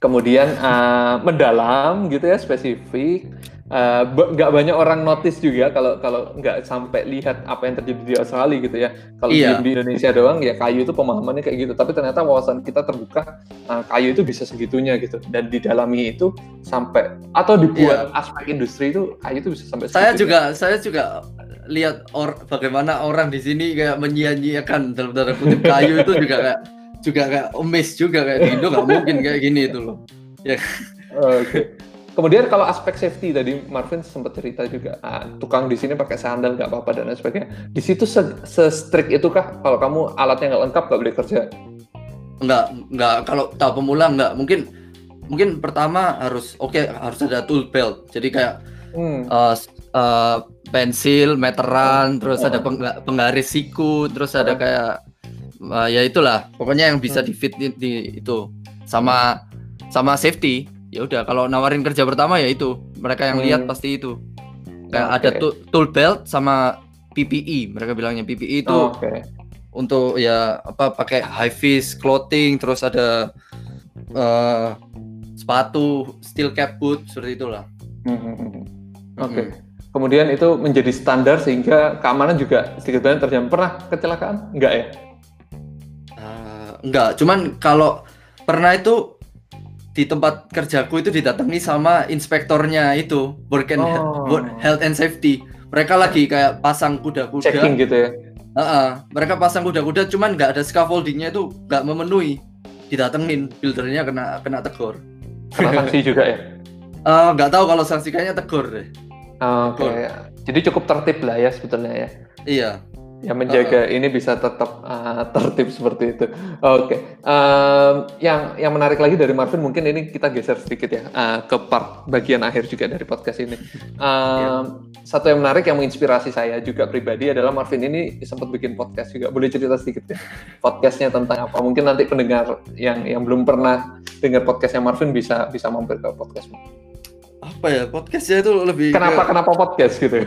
kemudian uh, mendalam gitu ya, spesifik. Uh, nggak banyak orang notice juga kalau kalau nggak sampai lihat apa yang terjadi di Australia gitu ya. Kalau Iya. di Indonesia doang ya kayu itu pemahamannya kayak gitu. Tapi ternyata wawasan kita terbuka, uh, kayu itu bisa segitunya gitu. Dan didalami itu sampai atau dibuat Iya. aspek industri itu kayu itu bisa sampai. Saya juga saya juga lihat or, bagaimana orang di sini kayak menyia-nyiakan dalam tanda kutip kayu itu juga kayak juga kayak amazed juga kayak di Indo nggak mungkin kayak gini itu loh. Ya. Oke. Okay. Kemudian kalau aspek safety tadi Marvin sempat cerita juga, ah, tukang di sini pakai sandal nggak apa-apa dan lain sebagainya. Di situ se-strict itu kah? Kalau kamu alatnya nggak lengkap nggak boleh kerja? Enggak, enggak. Kalau tahap pemula enggak. Mungkin mungkin pertama harus oke okay, harus ada tool belt. Jadi kayak hmm. uh, uh, pensil, meteran, oh. terus oh. ada peng, penggaris siku, terus ada kayak uh, ya itulah. Pokoknya yang bisa hmm. di fit di, di itu sama sama safety. Ya udah kalau nawarin kerja pertama ya itu mereka yang hmm. lihat pasti itu kayak okay. ada tu- tool belt sama P P E, mereka bilangnya P P E itu oh, okay. untuk ya apa pakai high vis clothing, terus ada uh, sepatu steel cap boot seperti itulah. Hmm. Oke. Okay. Hmm. Kemudian itu menjadi standar sehingga keamanan juga sedikit banyak terjamin. Pernah kecelakaan? Enggak ya? Uh, enggak, cuman kalau pernah itu di tempat kerjaku itu didatangi sama inspektornya itu work and oh. health and safety. Mereka lagi kayak pasang kuda-kuda. Checking gitu ya. Uh-uh. Mereka pasang kuda-kuda, cuman nggak ada scaffoldingnya itu nggak memenuhi. Didatengin, buildernya kena kena tegur. Kena sanksi juga ya? Nggak uh, tahu kalau sanksi kayaknya tegur deh. Oke. Okay. Jadi cukup tertib lah ya sebetulnya ya. Iya. Yang menjaga uh-uh. ini bisa tetap uh, tertib seperti itu. Oke, okay. um, yang yang menarik lagi dari Marvin, mungkin ini kita geser sedikit ya uh, ke part bagian akhir juga dari podcast ini. Um, yeah. Satu yang menarik yang menginspirasi saya juga pribadi adalah Marvin ini sempat bikin podcast juga. Boleh cerita sedikit ya podcastnya tentang apa? Mungkin nanti pendengar yang yang belum pernah dengar podcastnya Marvin bisa bisa mampir ke podcastmu. Apa ya podcastnya itu lebih? Kenapa ke... kenapa podcast gitu?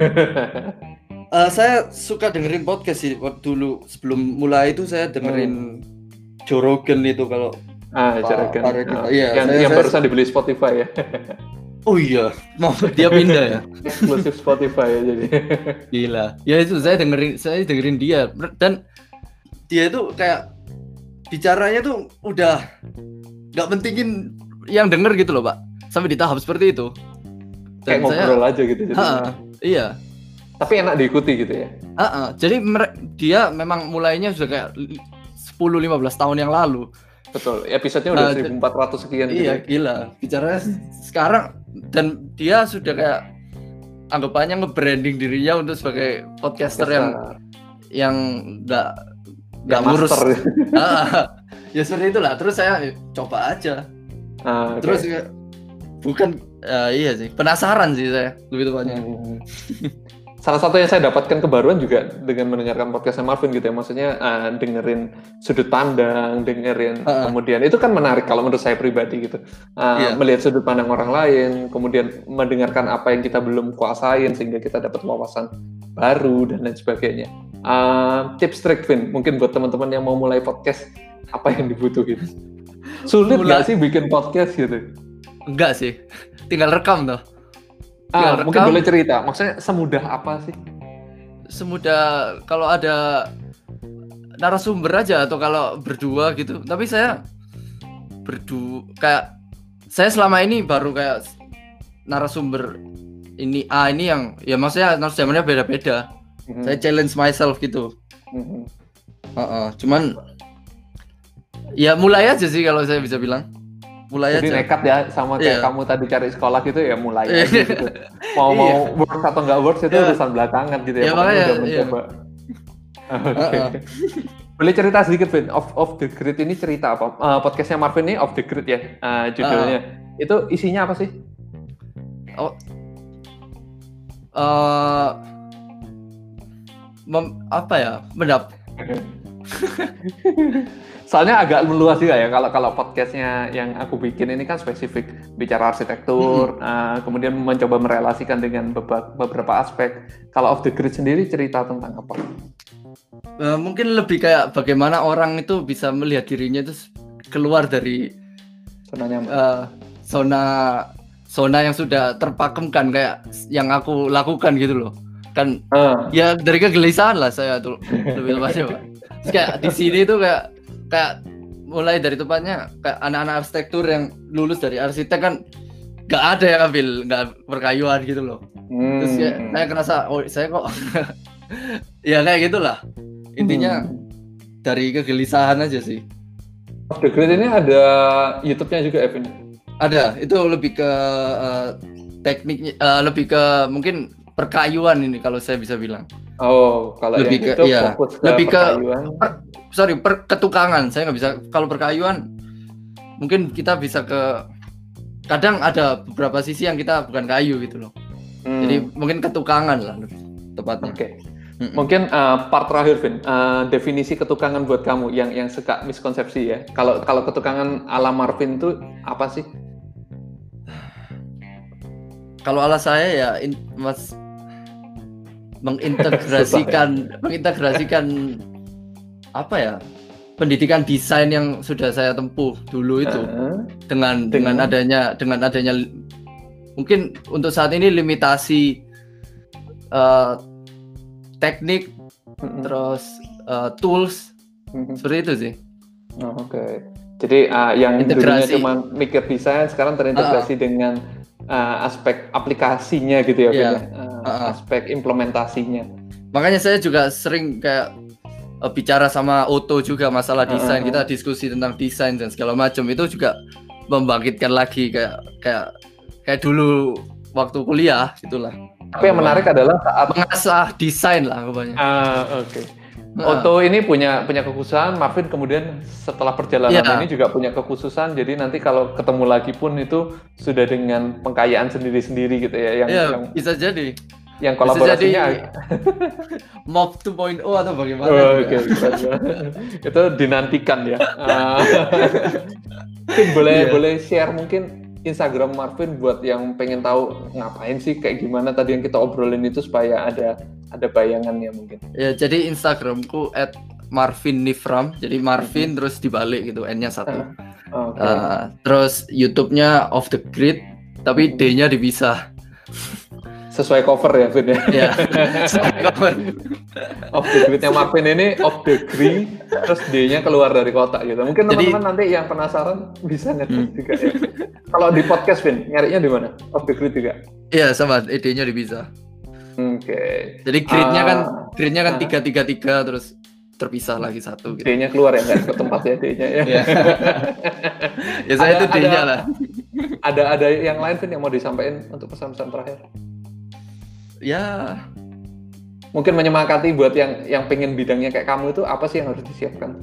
Uh, saya suka dengerin podcast sih. Waktu dulu sebelum mulai itu saya dengerin hmm. Joe Rogan itu kalau ah Joe Rogan. Oh, iya, yang saya, yang saya... barusan dibeli Spotify ya. Oh iya, mau dia pindah ya. Eksklusif Spotify ya jadi. Gila. Ya itu saya dengerin saya dengerin dia dan dia itu kayak bicaranya tuh udah nggak pentingin yang denger gitu loh, Pak. Sampai di tahap seperti itu. Dan kayak ngobrol saya, aja gitu jadi. Iya. Tapi enak diikuti gitu ya. Uh-uh. Jadi mer- dia memang mulainya sudah kayak sepuluh sampai lima belas tahun yang lalu. Betul. Episodenya udah uh, seribu empat ratus sekian gitu. Iya, gila. Bicaranya sekarang dan dia sudah kayak anggapannya nge-branding dirinya untuk sebagai podcaster yang yang enggak enggak ngurus. uh, ya seperti itulah. Terus saya coba aja. Uh, okay. Terus bukan uh, iya sih, penasaran sih saya lebih tepatnya. Hmm. Salah satu yang saya dapatkan kebaruan juga dengan mendengarkan podcastnya Marvin gitu ya, maksudnya uh, dengerin sudut pandang, dengerin uh-uh. kemudian itu kan menarik kalau menurut saya pribadi gitu, uh, yeah. melihat sudut pandang orang lain, kemudian mendengarkan apa yang kita belum kuasain sehingga kita dapat wawasan baru dan lain sebagainya. Uh, tips trik Vin, mungkin buat teman-teman yang mau mulai podcast apa yang dibutuhin? Sulit nggak sih bikin podcast gitu? Enggak sih, tinggal rekam tuh. Ah, mungkin boleh cerita, maksudnya semudah apa sih? Semudah kalau ada narasumber aja atau kalau berdua gitu. Tapi saya berdua kayak saya selama ini baru kayak narasumber ini ah ini yang ya maksudnya narasumbernya beda-beda. Mm-hmm. Saya challenge myself gitu. Mm-hmm. Uh-uh. Cuman ya mulai aja sih kalau saya bisa bilang. Mulai Jadi aja. nekat ya sama kayak yeah. kamu tadi cari sekolah gitu ya mulai aja gitu. Mau mau yeah. works atau nggak works itu yeah. urusan belakangan gitu ya. Yeah, makanya, udah mencoba. Yeah. Oke. Okay. Uh-uh. Boleh cerita sedikit Vin, Off Off the Grid ini cerita apa? Uh, podcastnya Marvin ini Off the Grid ya uh, judulnya. Uh-uh. Itu isinya apa sih? Oh. Uh, mem- apa ya? Mendap. Soalnya agak meluas juga ya kalau kalau podcastnya yang aku bikin ini kan spesifik bicara arsitektur, mm-hmm. uh, kemudian mencoba merelasikan dengan beberapa, beberapa aspek. Kalau Off the Grid sendiri cerita tentang apa? Uh, mungkin lebih kayak bagaimana orang itu bisa melihat dirinya itu keluar dari Zona nyaman. Uh, zona zona yang sudah terpakemkan kayak yang aku lakukan gitu loh. Kan uh. ya dari kegelisahan lah saya tuh lebih tepatnya Pak. Kayak di sini tuh kayak kayak mulai dari tempatnya kayak anak-anak arsitektur yang lulus dari arsitek kan nggak ada yang ambil nggak perkayuan gitu loh. Hmm. Terus ya, saya ngerasa oh saya kok ya kayak gitulah intinya hmm. dari kegelisahan aja sih. Off the Grid ini ada YouTube-nya juga Evan? Ada, itu lebih ke uh, tekniknya, uh, lebih ke mungkin perkayuan ini kalau saya bisa bilang. Oh, kalau lebih yang ke, itu iya, fokus ke lebih perkayuan. Ke, per, sorry, per ketukangan. Saya nggak bisa. Kalau perkayuan, mungkin kita bisa ke. Kadang ada beberapa sisi yang kita bukan kayu gitu loh. Hmm. Jadi mungkin ketukangan lah tepatnya. Oke. Okay. Mm-mm. Mungkin uh, part terakhir, Vin, uh, definisi ketukangan buat kamu yang yang suka miskonsepsi ya. Kalau kalau ketukangan ala Marvin itu apa sih? Kalau ala saya ya, in, mas mengintegrasikan, mengintegrasikan apa ya? Pendidikan desain yang sudah saya tempuh dulu itu uh, dengan dengan adanya dengan adanya mungkin untuk saat ini limitasi. Uh, teknik, mm-hmm. terus uh, tools, mm-hmm. seperti itu sih. Oh, Oke, okay. Jadi uh, yang dulunya cuma mikir desain, sekarang terintegrasi uh, dengan uh, aspek aplikasinya gitu ya, yeah. uh, uh, aspek implementasinya. Makanya saya juga sering kayak uh, bicara sama Otto juga masalah desain, uh, uh, kita diskusi tentang desain dan segala macam itu juga membangkitkan lagi kayak kayak kayak dulu waktu kuliah gitulah. Tapi yang menarik adalah saat mengasah desain lah pokoknya. Ah, oke. Okay. Nah. Otto ini punya punya kekhususan, Marvin kemudian setelah perjalanan yeah. ini juga punya kekhususan. Jadi nanti kalau ketemu lagi pun itu sudah dengan pengkayaan sendiri-sendiri gitu ya yang, yeah, yang bisa jadi. Yang kolaborasinya Mob dua titik nol atau bagaimana? Oh, oke. Okay. Itu dinantikan ya. Uh, mungkin boleh yeah. boleh share mungkin Instagram Marvin buat yang pengen tahu ngapain sih kayak gimana tadi yang kita obrolin itu supaya ada ada bayangannya mungkin. Ya jadi Instagramku at marvin nifram jadi Marvin mm-hmm. terus dibalik gitu N-nya satu. Uh, okay. uh, terus YouTube-nya Off the Grid tapi mm-hmm. D-nya dipisah. Sesuai cover ya Vin ya. Iya. Sesuai cover. Off the Grid-nya Marvin ini Off the Grid terus D-nya keluar dari kotak gitu. Mungkin jadi, teman-teman nanti yang penasaran bisa ngetes hmm. juga ya. Kalau di podcast Vin, nyarinya di mana? Off the Grid juga. Iya, sama D-nya dipisah. Oke. Okay. Jadi grid-nya uh, kan grid-nya kan tiga tiga tiga terus terpisah lagi satu gitu. D-nya keluar ya enggak ke tempat ya D-nya ya. Iya. Ya saya ada, itu D-nya lah. Ada ada yang lain Vin yang mau disampaikan untuk pesan-pesan terakhir? Ya, mungkin menyemangati buat yang yang pengen bidangnya kayak kamu itu apa sih yang harus disiapkan?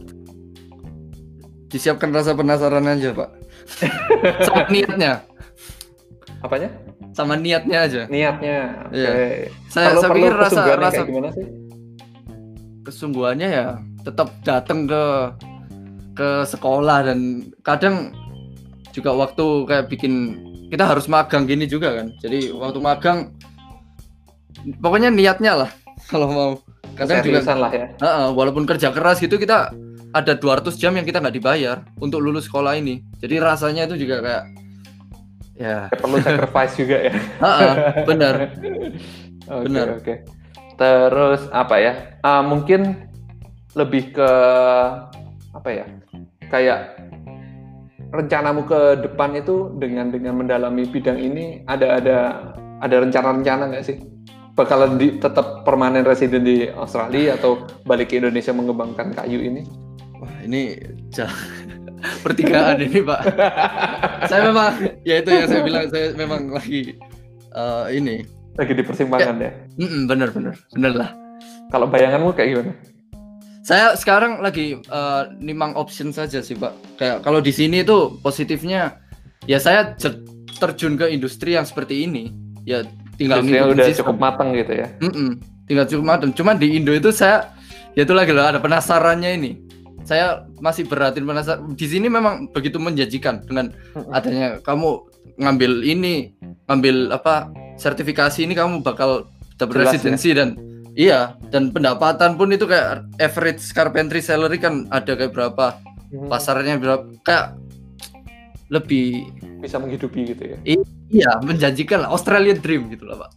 Disiapkan rasa penasaran aja Pak. Sama niatnya. Apanya? Sama niatnya aja. Niatnya. Oke. Okay. Ya. Saya, saya pikir rasa rasa kayak gimana sih? Kesungguhannya ya tetap datang ke ke sekolah dan kadang juga waktu kayak bikin kita harus magang gini juga kan. Jadi waktu magang pokoknya niatnya lah kalau mau kadang juga lah ya. Uh-uh, walaupun kerja keras gitu kita ada dua ratus jam yang kita nggak dibayar untuk lulus sekolah ini jadi rasanya itu juga kayak ya, ya perlu sacrifice juga ya. Uh-uh, benar. Okay, benar oke okay. Terus apa ya uh, mungkin lebih ke apa ya kayak rencanamu ke depan itu dengan dengan mendalami bidang ini ada ada ada rencana-rencana nggak sih? Bakalan di, tetap permanen residen di Australia atau balik ke Indonesia mengembangkan kayu ini? Wah ini pertigaan ini Pak. Saya memang ya itu yang saya bilang saya memang lagi uh, ini lagi di persimpangan ya. ya? Bener bener bener lah. Kalau bayanganmu kayak gimana? Saya sekarang lagi uh, nimang option saja sih Pak. Kayak kalau di sini itu positifnya ya saya terjun ke industri yang seperti ini ya. Tinggal udah sistem. Cukup matang gitu ya. Mm-mm, tinggal cukup matang. Cuman di Indo itu saya ya itu lagi lah ada penasarannya ini. Saya masih beratin penasaran. Di sini memang begitu menjanjikan dengan adanya kamu ngambil ini, ngambil apa sertifikasi ini kamu bakal dapat residensi ya? Dan iya dan pendapatan pun itu kayak average carpentry salary kan ada kayak berapa hmm. pasarnya berapa kayak lebih bisa menghidupi gitu ya. I- iya, menjanjikan lah, Australian Dream gitu lah Pak.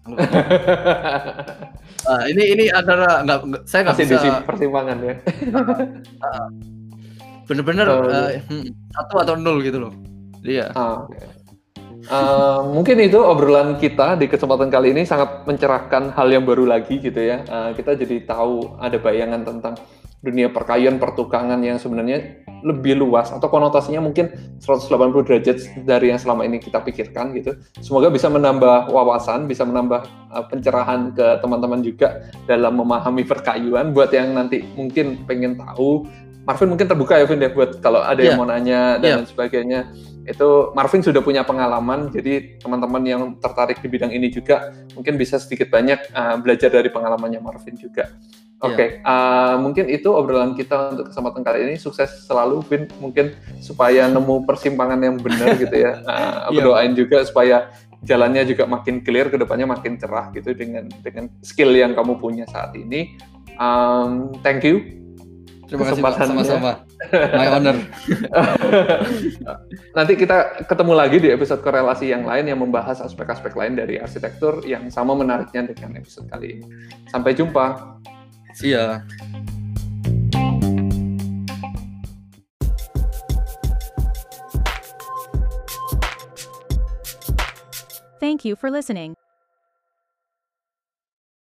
Nah, ini ini adalah nggak nggak- saya nggak Masih bisa di pertimbangan ya. uh, bener-bener Oh, uh, gitu. hmm, satu atau nol gitu loh. Iya. Ah, oke. Uh, mungkin itu obrolan kita di kesempatan kali ini sangat mencerahkan hal yang baru lagi gitu ya. Uh, kita jadi tahu ada bayangan tentang dunia perkawinan pertukangan yang sebenarnya lebih luas atau konotasinya mungkin seratus delapan puluh derajat dari yang selama ini kita pikirkan gitu. Semoga bisa menambah wawasan, bisa menambah uh, pencerahan ke teman-teman juga dalam memahami perkayuan. Buat yang nanti mungkin pengen tahu, Marvin mungkin terbuka ya Vin ya buat kalau ada Yeah. yang mau nanya dan Yeah. lain sebagainya. Itu Marvin sudah punya pengalaman, jadi teman-teman yang tertarik di bidang ini juga mungkin bisa sedikit banyak uh, belajar dari pengalamannya Marvin juga. Oke, okay. uh, mungkin itu obrolan kita untuk kesempatan kali ini. Sukses selalu, Vin. Mungkin supaya nemu persimpangan yang benar gitu ya. Uh, Iya, berdoain juga supaya jalannya juga makin clear, kedepannya makin cerah gitu dengan dengan skill yang kamu punya saat ini. Um, thank you. Terima kasih Pak, sama-sama. My honor. Nanti kita ketemu lagi di episode korelasi yang lain yang membahas aspek-aspek lain dari arsitektur yang sama menariknya dengan episode kali ini. Sampai jumpa. See ya. Thank you for listening.